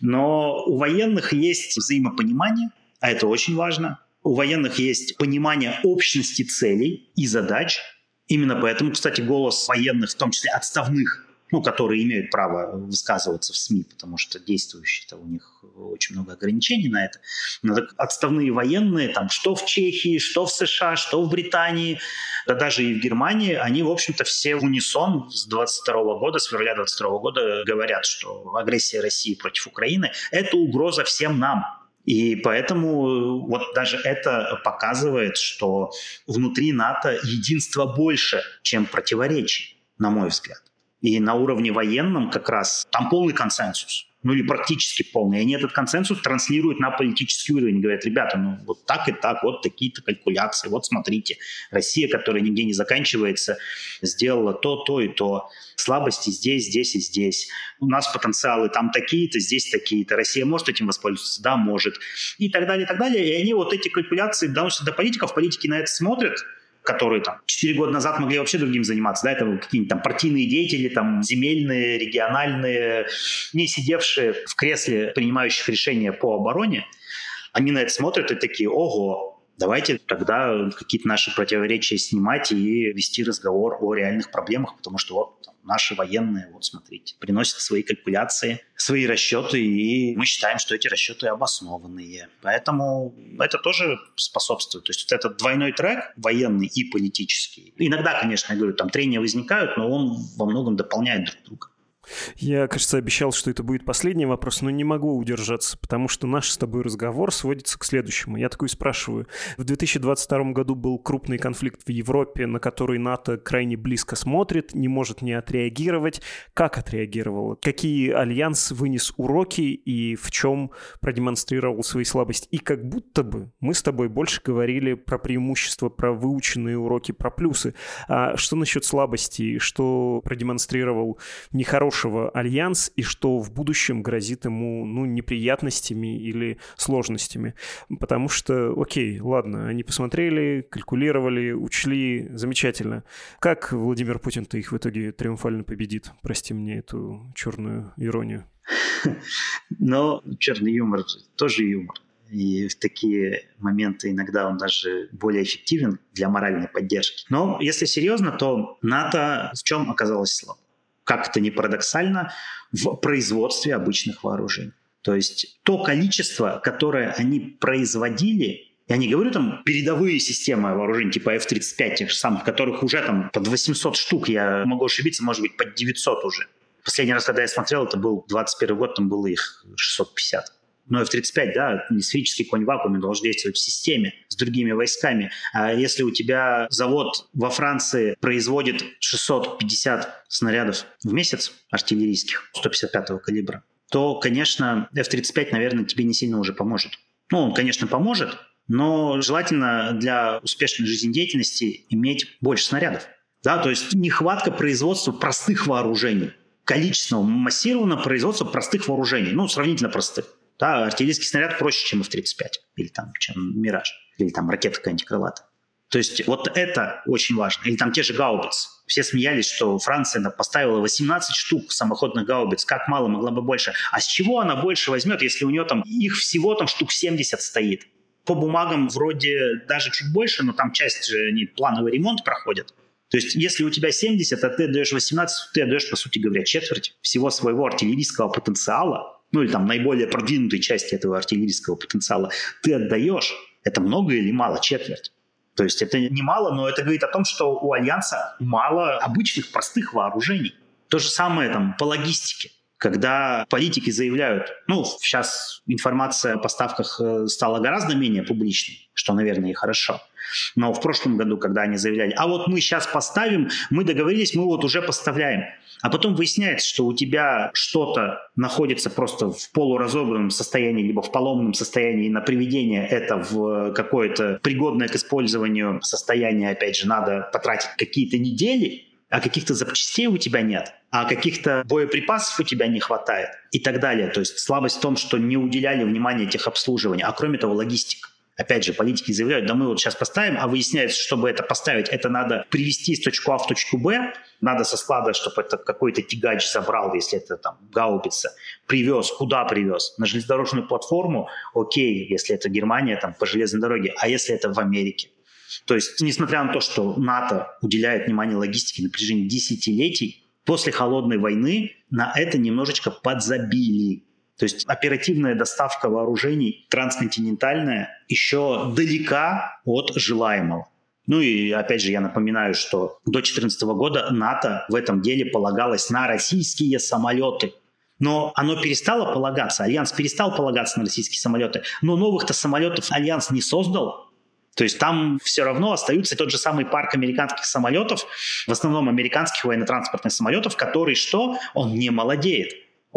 Но у военных есть взаимопонимание, а это очень важно. У военных есть понимание общности целей и задач, Именно поэтому, кстати, голос военных, в том числе отставных, ну, которые имеют право высказываться в СМИ, потому что действующие-то у них очень много ограничений на это. Но так отставные военные, там, что в Чехии, что в США, что в Британии, да даже и в Германии, они, в общем-то, все в унисон с двадцать второго года, с февраля двадцать второго года говорят, что агрессия России против Украины – это угроза всем нам. И поэтому вот даже это показывает, что внутри НАТО единства больше, чем противоречий, на мой взгляд. И на уровне военном как раз там полный консенсус. Ну или практически полный. И они этот консенсус транслируют на политический уровень. Говорят, ребята, ну вот так и так, вот такие-то калькуляции. Вот смотрите, Россия, которая нигде не заканчивается, сделала то, то и то. Слабости здесь, здесь и здесь. У нас потенциалы там такие-то, здесь такие-то. Россия может этим воспользоваться? Да, может. И так далее, и так далее. И они вот эти калькуляции доносят до политиков. Политики на это смотрят, которые там четыре года назад могли вообще другим заниматься, да, это какие-нибудь там партийные деятели, там земельные, региональные, не сидевшие в кресле принимающих решения по обороне, они на это смотрят и такие, ого, давайте тогда какие-то наши противоречия снимать и вести разговор о реальных проблемах, потому что вот там, наши военные, вот смотрите, приносят свои калькуляции, свои расчеты, и мы считаем, что эти расчеты обоснованные. Поэтому это тоже способствует. То есть вот этот двойной трек, военный и политический, иногда, конечно, я говорю, там трения возникают, но он во многом дополняет друг друга. Я, кажется, обещал, что это будет последний вопрос, но не могу удержаться, потому что наш с тобой разговор сводится к следующему. Я такой спрашиваю. В две тысячи двадцать втором году был крупный конфликт в Европе, на который НАТО крайне близко смотрит, не может не отреагировать. Как отреагировало? Какие альянс вынес уроки и в чем продемонстрировал свои слабости? И как будто бы мы с тобой больше говорили про преимущества, про выученные уроки, про плюсы. А что насчет слабостей? Что продемонстрировал нехороший альянс и что в будущем грозит ему, ну, неприятностями или сложностями. Потому что, окей, ладно, они посмотрели, калькулировали, учли, замечательно. Как Владимир Путин-то их в итоге триумфально победит? Прости мне эту черную иронию. Но черный юмор тоже юмор. И в такие моменты иногда он даже более эффективен для моральной поддержки. Но если серьезно, то НАТО в чем оказалось слабо? Как это ни парадоксально, в производстве обычных вооружений. То есть то количество, которое они производили, я не говорю там передовые системы вооружений типа эф тридцать пять, тех же самых, которых уже там под восемьсот штук, я могу ошибиться, может быть под девятьсот уже. Последний раз, когда я смотрел, это был двадцать первый год, там было их шестьсот пятьдесят. Но эф тридцать пять, да, сферический конь в вакууме должен действовать в системе с другими войсками. А если у тебя завод во Франции производит шестьсот пятьдесят снарядов в месяц артиллерийских сто пятьдесят пятого калибра, то, конечно, эф тридцать пять, наверное, тебе не сильно уже поможет. Ну, он, конечно, поможет, но желательно для успешной жизнедеятельности иметь больше снарядов. Да, то есть нехватка производства простых вооружений, количественного массированного производства простых вооружений, ну, сравнительно простых. Да, артиллерийский снаряд проще, чем эф тридцать пять, или там, чем «Мираж», или там ракета какая-нибудь крылатая. То есть вот это очень важно. Или там те же гаубицы. Все смеялись, что Франция поставила восемнадцать штук самоходных гаубиц. Как мало, могла бы больше. А с чего она больше возьмет, если у нее там их всего там штук семьдесят стоит? По бумагам вроде даже чуть больше, но там часть же они плановый ремонт проходят. То есть если у тебя семьдесят, а ты отдаешь восемнадцать, ты отдаешь, по сути говоря, четверть всего своего артиллерийского потенциала, ну или там наиболее продвинутой части этого артиллерийского потенциала, ты отдаешь. Это много или мало? Четверть. То есть это не мало, но это говорит о том, что у Альянса мало обычных простых вооружений. То же самое там по логистике. Когда политики заявляют, ну, сейчас информация о поставках стала гораздо менее публичной, что, наверное, и хорошо. Но в прошлом году, когда они заявляли, а вот мы сейчас поставим, мы договорились, мы вот уже поставляем. А потом выясняется, что у тебя что-то находится просто в полуразобранном состоянии, либо в поломанном состоянии, и на приведение это в какое-то пригодное к использованию состояние, опять же, надо потратить какие-то недели, а каких-то запчастей у тебя нет, а каких-то боеприпасов у тебя не хватает и так далее. То есть слабость в том, что не уделяли внимания техобслуживанию, а кроме того логистика. Опять же, политики заявляют, да мы вот сейчас поставим, а выясняется, чтобы это поставить, это надо привезти из точки А в точку Б, надо со склада, чтобы это какой-то тягач забрал, если это там гаубица, привез, куда привез? На железнодорожную платформу, окей, если это Германия, там по железной дороге, а если это в Америке? То есть, несмотря на то, что НАТО уделяет внимание логистике на протяжении десятилетий, после Холодной войны на это немножечко подзабили. То есть оперативная доставка вооружений трансконтинентальная еще далека от желаемого. Ну и опять же я напоминаю, что до две тысячи четырнадцатого года НАТО в этом деле полагалось на российские самолеты. Но оно перестало полагаться, Альянс перестал полагаться на российские самолеты, но новых-то самолетов Альянс не создал. То есть там все равно остаются тот же самый парк американских самолетов, в основном американских военно-транспортных самолетов, который что? Он не молодеет.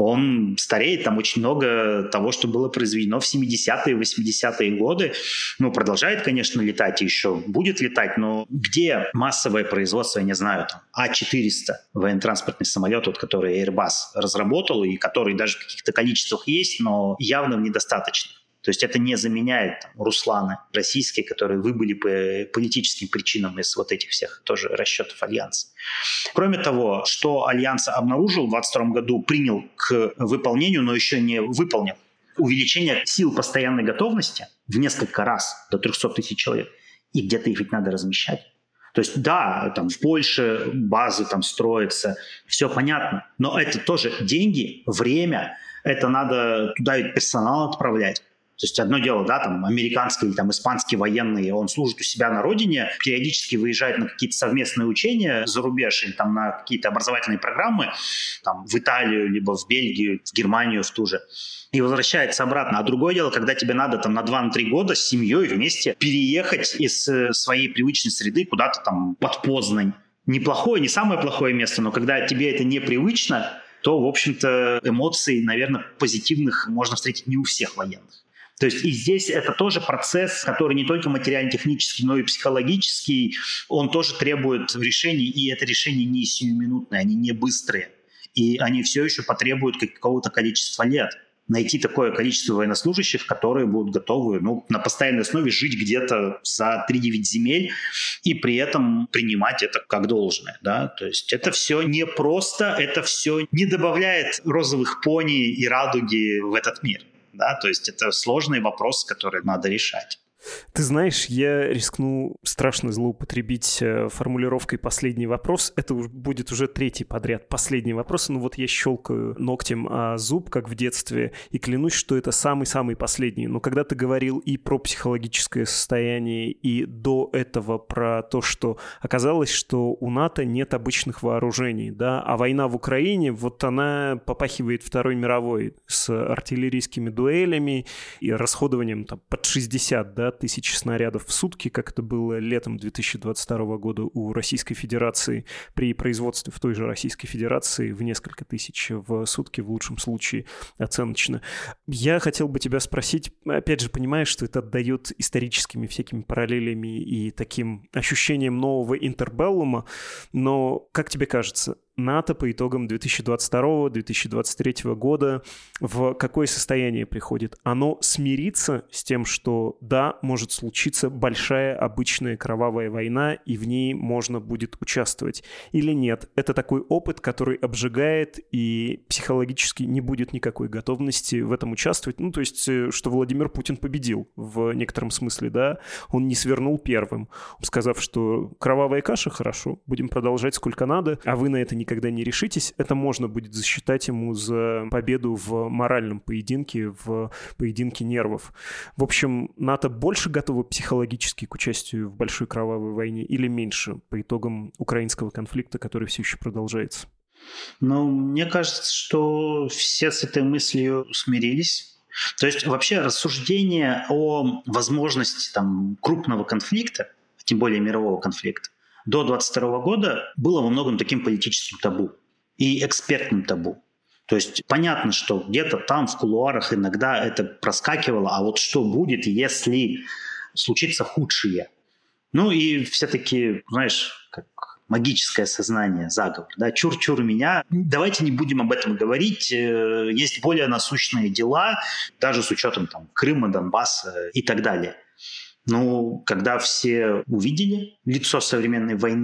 Он стареет, там очень много того, что было произведено в семидесятые, восьмидесятые годы. Ну, продолжает, конечно, летать и еще будет летать, но где массовое производство, я не знаю, там, А четыреста, военно-транспортный самолет, вот, который Airbus разработал и который даже в каких-то количествах есть, но явно в недостаточных. То есть это не заменяет там, Русланы российские, которые выбыли по политическим причинам из вот этих всех тоже расчетов Альянса. Кроме того, что Альянс обнаружил в двадцать втором году, принял к выполнению, но еще не выполнил, увеличение сил постоянной готовности в несколько раз до трехсот тысяч человек. И где-то их ведь надо размещать. То есть да, там в Польше базы там строятся, все понятно, но это тоже деньги, время, это надо туда ведь персонал отправлять. То есть одно дело, да, там американский или там испанский военный, он служит у себя на родине, периодически выезжает на какие-то совместные учения за рубеж или там на какие-то образовательные программы, там в Италию, либо в Бельгию, в Германию в ту же, и возвращается обратно. А другое дело, когда тебе надо там на два-три года с семьей вместе переехать из своей привычной среды куда-то там под Познань. Неплохое, не самое плохое место, но когда тебе это непривычно, то, в общем-то, эмоций, наверное, позитивных можно встретить не у всех военных. То есть и здесь это тоже процесс, который не только материально-технический, но и психологический, он тоже требует решений, и это решения не сиюминутные, они не быстрые. И они все еще потребуют какого-то количества лет. Найти такое количество военнослужащих, которые будут готовы ну, на постоянной основе жить где-то за три-девять земель и при этом принимать это как должное. Да? То есть это все не просто, это все не добавляет розовых пони и радуги в этот мир. Да, то есть это сложный вопрос, который надо решать. Ты знаешь, я рискну страшно злоупотребить формулировкой «последний вопрос». Это будет уже третий подряд последний вопрос. Ну вот я щелкаю ногтем о зуб, как в детстве, и клянусь, что это самый-самый последний. Но когда ты говорил и про психологическое состояние, и до этого про то, что оказалось, что у НАТО нет обычных вооружений, да, а война в Украине, вот она попахивает Второй мировой с артиллерийскими дуэлями и расходованием там, под шестьдесят, да, тысячи снарядов в сутки, как это было летом две тысячи двадцать второго года у Российской Федерации при производстве в той же Российской Федерации в несколько тысяч в сутки, в лучшем случае оценочно. Я хотел бы тебя спросить, опять же, понимаешь, что это отдает историческими всякими параллелями и таким ощущением нового интербеллума, но, как тебе кажется, НАТО по итогам две тысячи двадцать второго - две тысячи двадцать третьего года в какое состояние приходит? Оно смирится с тем, что да, может случиться большая обычная кровавая война, и в ней можно будет участвовать? Или нет? Это такой опыт, который обжигает, и психологически не будет никакой готовности в этом участвовать. Ну, то есть, что Владимир Путин победил в некотором смысле, да? Он не свернул первым, сказав, что кровавая каша, хорошо, будем продолжать сколько надо, а вы на это не никогда не решитесь, это можно будет засчитать ему за победу в моральном поединке, в поединке нервов. В общем, НАТО больше готово психологически к участию в большой кровавой войне или меньше по итогам украинского конфликта, который все еще продолжается? Ну, мне кажется, что все с этой мыслью смирились. То есть вообще рассуждение о возможности там, крупного конфликта, тем более мирового конфликта, до двадцать второго года было во многом таким политическим табу и экспертным табу. То есть понятно, что где-то там в кулуарах иногда это проскакивало, а вот что будет, если случится худшее? Ну и все-таки, знаешь, как магическое сознание, заговор, да, чур-чур меня, давайте не будем об этом говорить, есть более насущные дела, даже с учетом там, Крыма, Донбасса и так далее. Ну, когда все увидели лицо современной войны,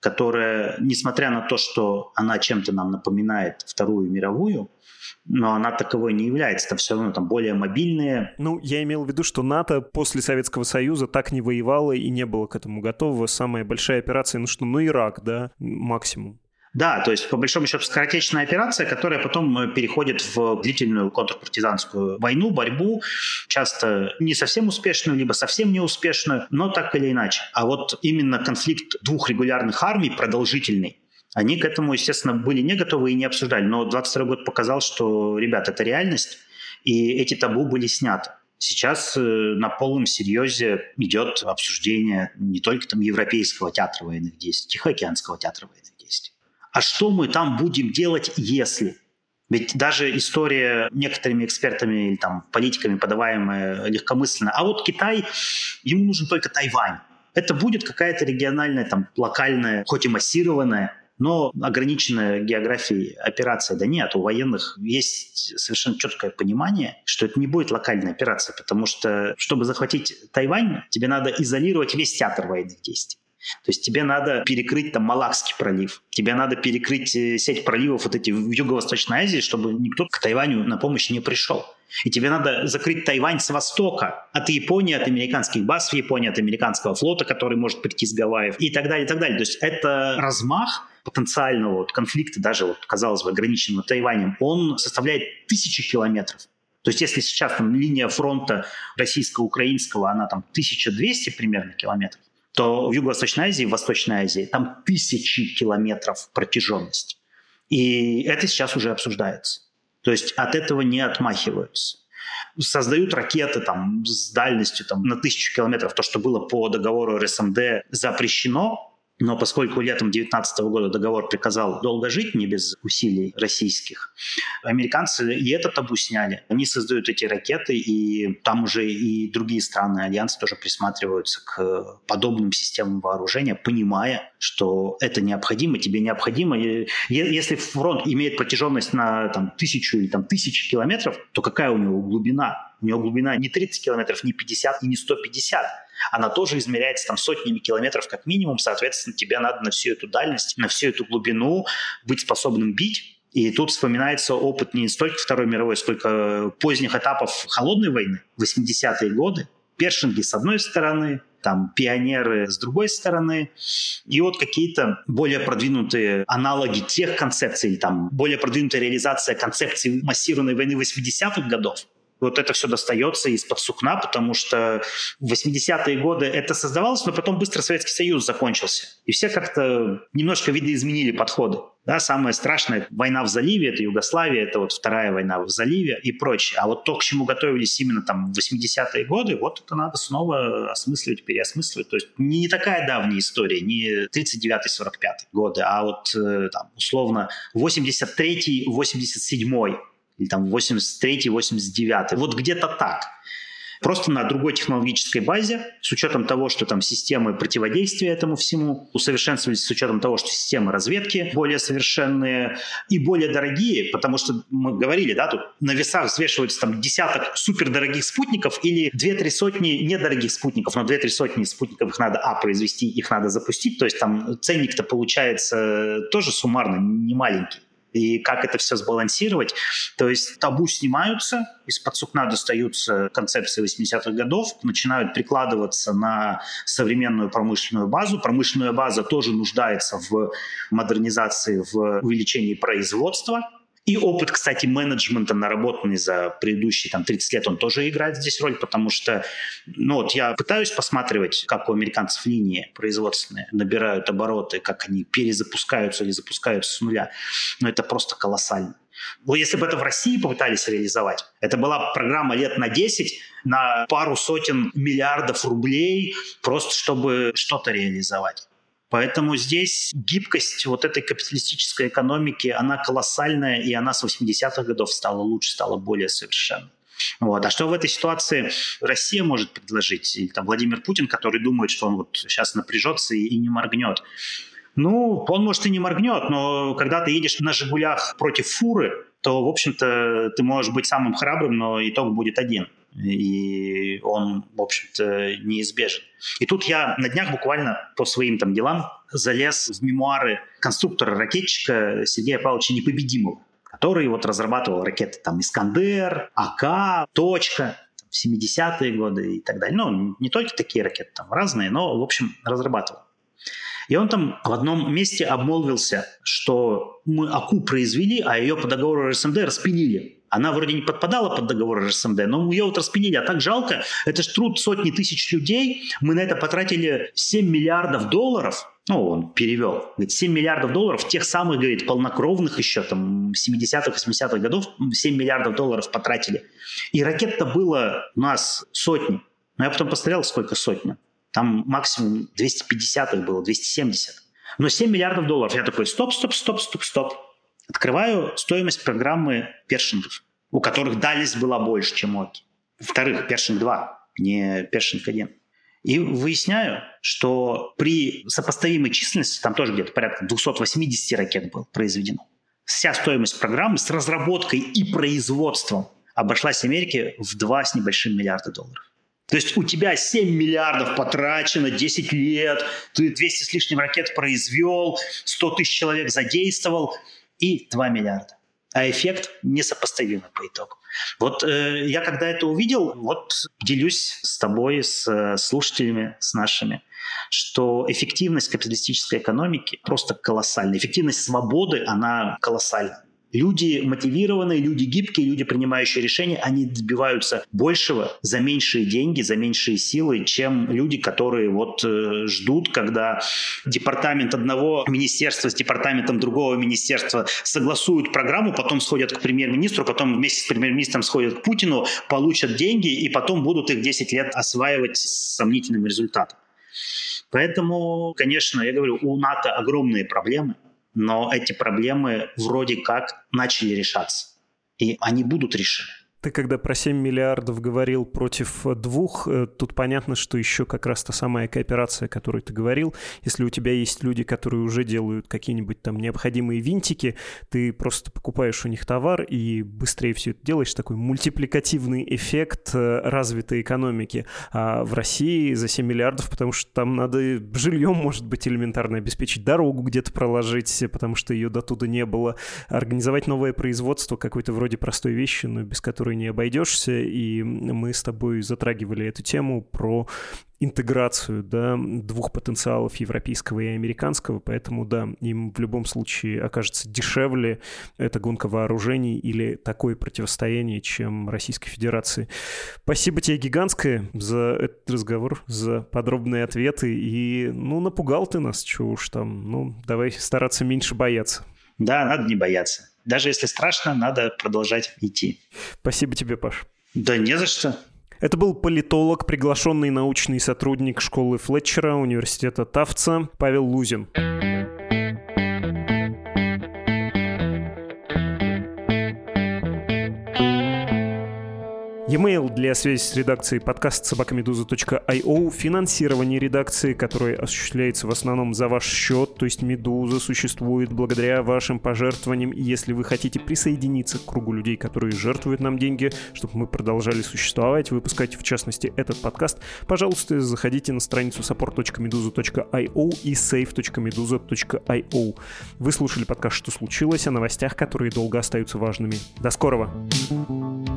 которая, несмотря на то, что она чем-то нам напоминает Вторую мировую, но она таковой не является, там все равно там более мобильные. Ну, я имел в виду, что НАТО после Советского Союза так не воевало и не было к этому готово. Самая большая операция, ну что, ну Ирак, да, максимум. Да, то есть, по большому счету, скоротечная операция, которая потом переходит в длительную контрпартизанскую войну, борьбу, часто не совсем успешную, либо совсем неуспешную, но так или иначе. А вот именно конфликт двух регулярных армий, продолжительный, они к этому, естественно, были не готовы и не обсуждали. Но двадцать второй год показал, что, ребят, это реальность, и эти табу были сняты. Сейчас на полном серьезе идет обсуждение не только там Европейского театра военных действий, Тихоокеанского театра военных действий. А что мы там будем делать, если? Ведь даже история некоторыми экспертами или там, политиками, подаваемая легкомысленно, а вот Китай, ему нужен только Тайвань. Это будет какая-то региональная, там, локальная, хоть и массированная, но ограниченная географией операция. Да нет, у военных есть совершенно четкое понимание, что это не будет локальная операция, потому что, чтобы захватить Тайвань, тебе надо изолировать весь театр военных действий. То есть тебе надо перекрыть там Малакский пролив, тебе надо перекрыть сеть проливов вот эти в Юго-Восточной Азии, чтобы никто к Тайваню на помощь не пришел. И тебе надо закрыть Тайвань с востока, от Японии, от американских баз в Японии, от американского флота, который может прийти с Гавайев и так далее, и так далее. То есть это размах потенциального вот конфликта, даже вот, казалось бы, ограниченного Тайванем, он составляет тысячи километров. То есть если сейчас там линия фронта российско-украинского, она там тысяча двести примерно километров, то в Юго-Восточной Азии, в Восточной Азии там тысячи километров протяженности. И это сейчас уже обсуждается. То есть от этого не отмахиваются. Создают ракеты там, с дальностью там, на тысячу километров. То, что было по договору эр эс эм дэ, запрещено. Но поскольку летом две тысячи девятнадцатого года договор приказал долго жить, не без усилий российских, американцы и это табу сняли. Они создают эти ракеты, и там уже и другие страны Альянса тоже присматриваются к подобным системам вооружения, понимая, что это необходимо, тебе необходимо. Если фронт имеет протяженность на там, тысячу или там, тысячи километров, то какая у него глубина? У него глубина не тридцать километров, не пятьдесят и не сто пятьдесят. Она тоже измеряется там сотнями километров как минимум. Соответственно, тебе надо на всю эту дальность, на всю эту глубину быть способным бить. И тут вспоминается опыт не столько Второй мировой, сколько поздних этапов холодной войны, восьмидесятые годы. Першинги с одной стороны, там пионеры с другой стороны. И вот какие-то более продвинутые аналоги тех концепций, там более продвинутая реализация концепции массированной войны восьмидесятых годов. Вот это все достается из-под сукна, потому что в восьмидесятые годы это создавалось, но потом быстро Советский Союз закончился. И все как-то немножко видоизменили подходы. Да, самое страшное — война в заливе, это Югославия, это вот вторая война в заливе и прочее. А вот то, к чему готовились именно там в восьмидесятые годы, вот это надо снова осмысливать, переосмысливать. То есть не такая давняя история, не тридцать девятый — сорок пятый годы, а вот там, условно восемьдесят третий — восемьдесят седьмой. Или там восемьдесят третий — восемьдесят девятый. Вот где-то так. Просто на другой технологической базе, с учетом того, что там системы противодействия этому всему усовершенствовались, с учетом того, что системы разведки более совершенные и более дорогие, потому что мы говорили, да, тут на весах взвешиваются там десяток супердорогих спутников или две-три сотни недорогих спутников, но две-три сотни спутников их надо, а, произвести, их надо запустить, то есть там ценник-то получается тоже суммарно не маленький. И как это все сбалансировать. То есть табу снимаются, из-под сукна достаются концепции восьмидесятых годов, начинают прикладываться на современную промышленную базу. Промышленная база тоже нуждается в модернизации, в увеличении производства. И опыт, кстати, менеджмента, наработанный за предыдущие там, тридцать лет, он тоже играет здесь роль, потому что ну, вот я пытаюсь посматривать, как у американцев линии производственные набирают обороты, как они перезапускаются или запускаются с нуля. Но это просто колоссально. Вот если бы это в России попытались реализовать, это была программа лет на десять, на пару сотен миллиардов рублей, просто чтобы что-то реализовать. Поэтому здесь гибкость вот этой капиталистической экономики, она колоссальная, и она с восьмидесятых годов стала лучше, стала более совершенной. Вот. А что в этой ситуации Россия может предложить? Или там Владимир Путин, который думает, что он вот сейчас напряжется и, и не моргнет. Ну, он, может, и не моргнет, но когда ты едешь на «Жигулях» против фуры, то, в общем-то, ты можешь быть самым храбрым, но итог будет один. и он, в общем-то, неизбежен. И тут я на днях буквально по своим там делам залез в мемуары конструктора-ракетчика Сергея Павловича Непобедимого, который вот разрабатывал ракеты там «Искандер», «АК», «Точка», в семидесятые годы и так далее. Ну, не только такие ракеты, там разные, но, в общем, разрабатывал. И он там в одном месте обмолвился, что мы АКУ произвели, а ее по договору эр эс эм дэ распилили. Она вроде не подпадала под договор эр эс эм дэ, но ее вот распилили, а так жалко. Это же труд сотни тысяч людей. Мы на это потратили семь миллиардов долларов. Ну, он перевел. Говорит, семь миллиардов долларов, тех самых, говорит, полнокровных еще, там, семидесятых, восьмидесятых годов, семь миллиардов долларов потратили. И ракет-то было у нас сотни. Но я потом посмотрел, сколько сотни. Там максимум двести пятьдесят их было, двести семьдесят. Но семь миллиардов долларов. Я такой, стоп, стоп, стоп, стоп, стоп. Открываю стоимость программы Першингов, у которых дальность была больше, чем у АКИ. Вторых, Першинг два, не Першинг один. И выясняю, что при сопоставимой численности, там тоже где-то порядка двести восемьдесят ракет было произведено, вся стоимость программы с разработкой и производством обошлась Америке в два с небольшим миллиарда долларов. То есть у тебя семь миллиардов потрачено, десять лет, ты двести с лишним ракет произвел, сто тысяч человек задействовал и два миллиарда. А эффект несопоставимый по итогу. Вот э, я когда это увидел, вот делюсь с тобой, с э, слушателями, с нашими, что эффективность капиталистической экономики просто колоссальна. Эффективность свободы, она колоссальна. Люди мотивированные, люди гибкие, люди, принимающие решения, они добиваются большего за меньшие деньги, за меньшие силы, чем люди, которые вот э, ждут, когда департамент одного министерства с департаментом другого министерства согласуют программу, потом сходят к премьер-министру, потом вместе с премьер-министром сходят к Путину, получат деньги и потом будут их десять лет осваивать с сомнительным результатом. Поэтому, конечно, я говорю, у НАТО огромные проблемы. Но эти проблемы вроде как начали решаться. И они будут решены. Ты когда про семь миллиардов говорил против двух, тут понятно, что еще как раз та самая кооперация, о которой ты говорил. Если у тебя есть люди, которые уже делают какие-нибудь там необходимые винтики, ты просто покупаешь у них товар и быстрее все это делаешь. Такой мультипликативный эффект развитой экономики. А в России за семь миллиардов, потому что там надо жильем, может быть, элементарно обеспечить, дорогу где-то проложить, потому что ее до туда не было, организовать новое производство какой-то вроде простой вещи, но без которой не обойдешься, и мы с тобой затрагивали эту тему про интеграцию, да, двух потенциалов, европейского и американского, поэтому, да, им в любом случае окажется дешевле эта гонка вооружений или такое противостояние, чем Российской Федерации. Спасибо тебе гигантское за этот разговор, за подробные ответы, и, ну, напугал ты нас, чего уж там, ну, давай стараться меньше бояться. Да, надо не бояться. Даже если страшно, надо продолжать идти. Спасибо тебе, Паш. Да не за что. Это был политолог, приглашенный научный сотрудник школы Флетчера, университета Тафтса Павел Лузин. E-mail для связи с редакцией подкаст собака медуза точка ай о, финансирование редакции, которое осуществляется в основном за ваш счет, то есть Медуза существует благодаря вашим пожертвованиям, и если вы хотите присоединиться к кругу людей, которые жертвуют нам деньги, чтобы мы продолжали существовать, выпускать в частности этот подкаст, пожалуйста, заходите на страницу support точка медуза точка ай о и save точка медуза точка ай о. Вы слушали подкаст «Что случилось?» о новостях, которые долго остаются важными. До скорого!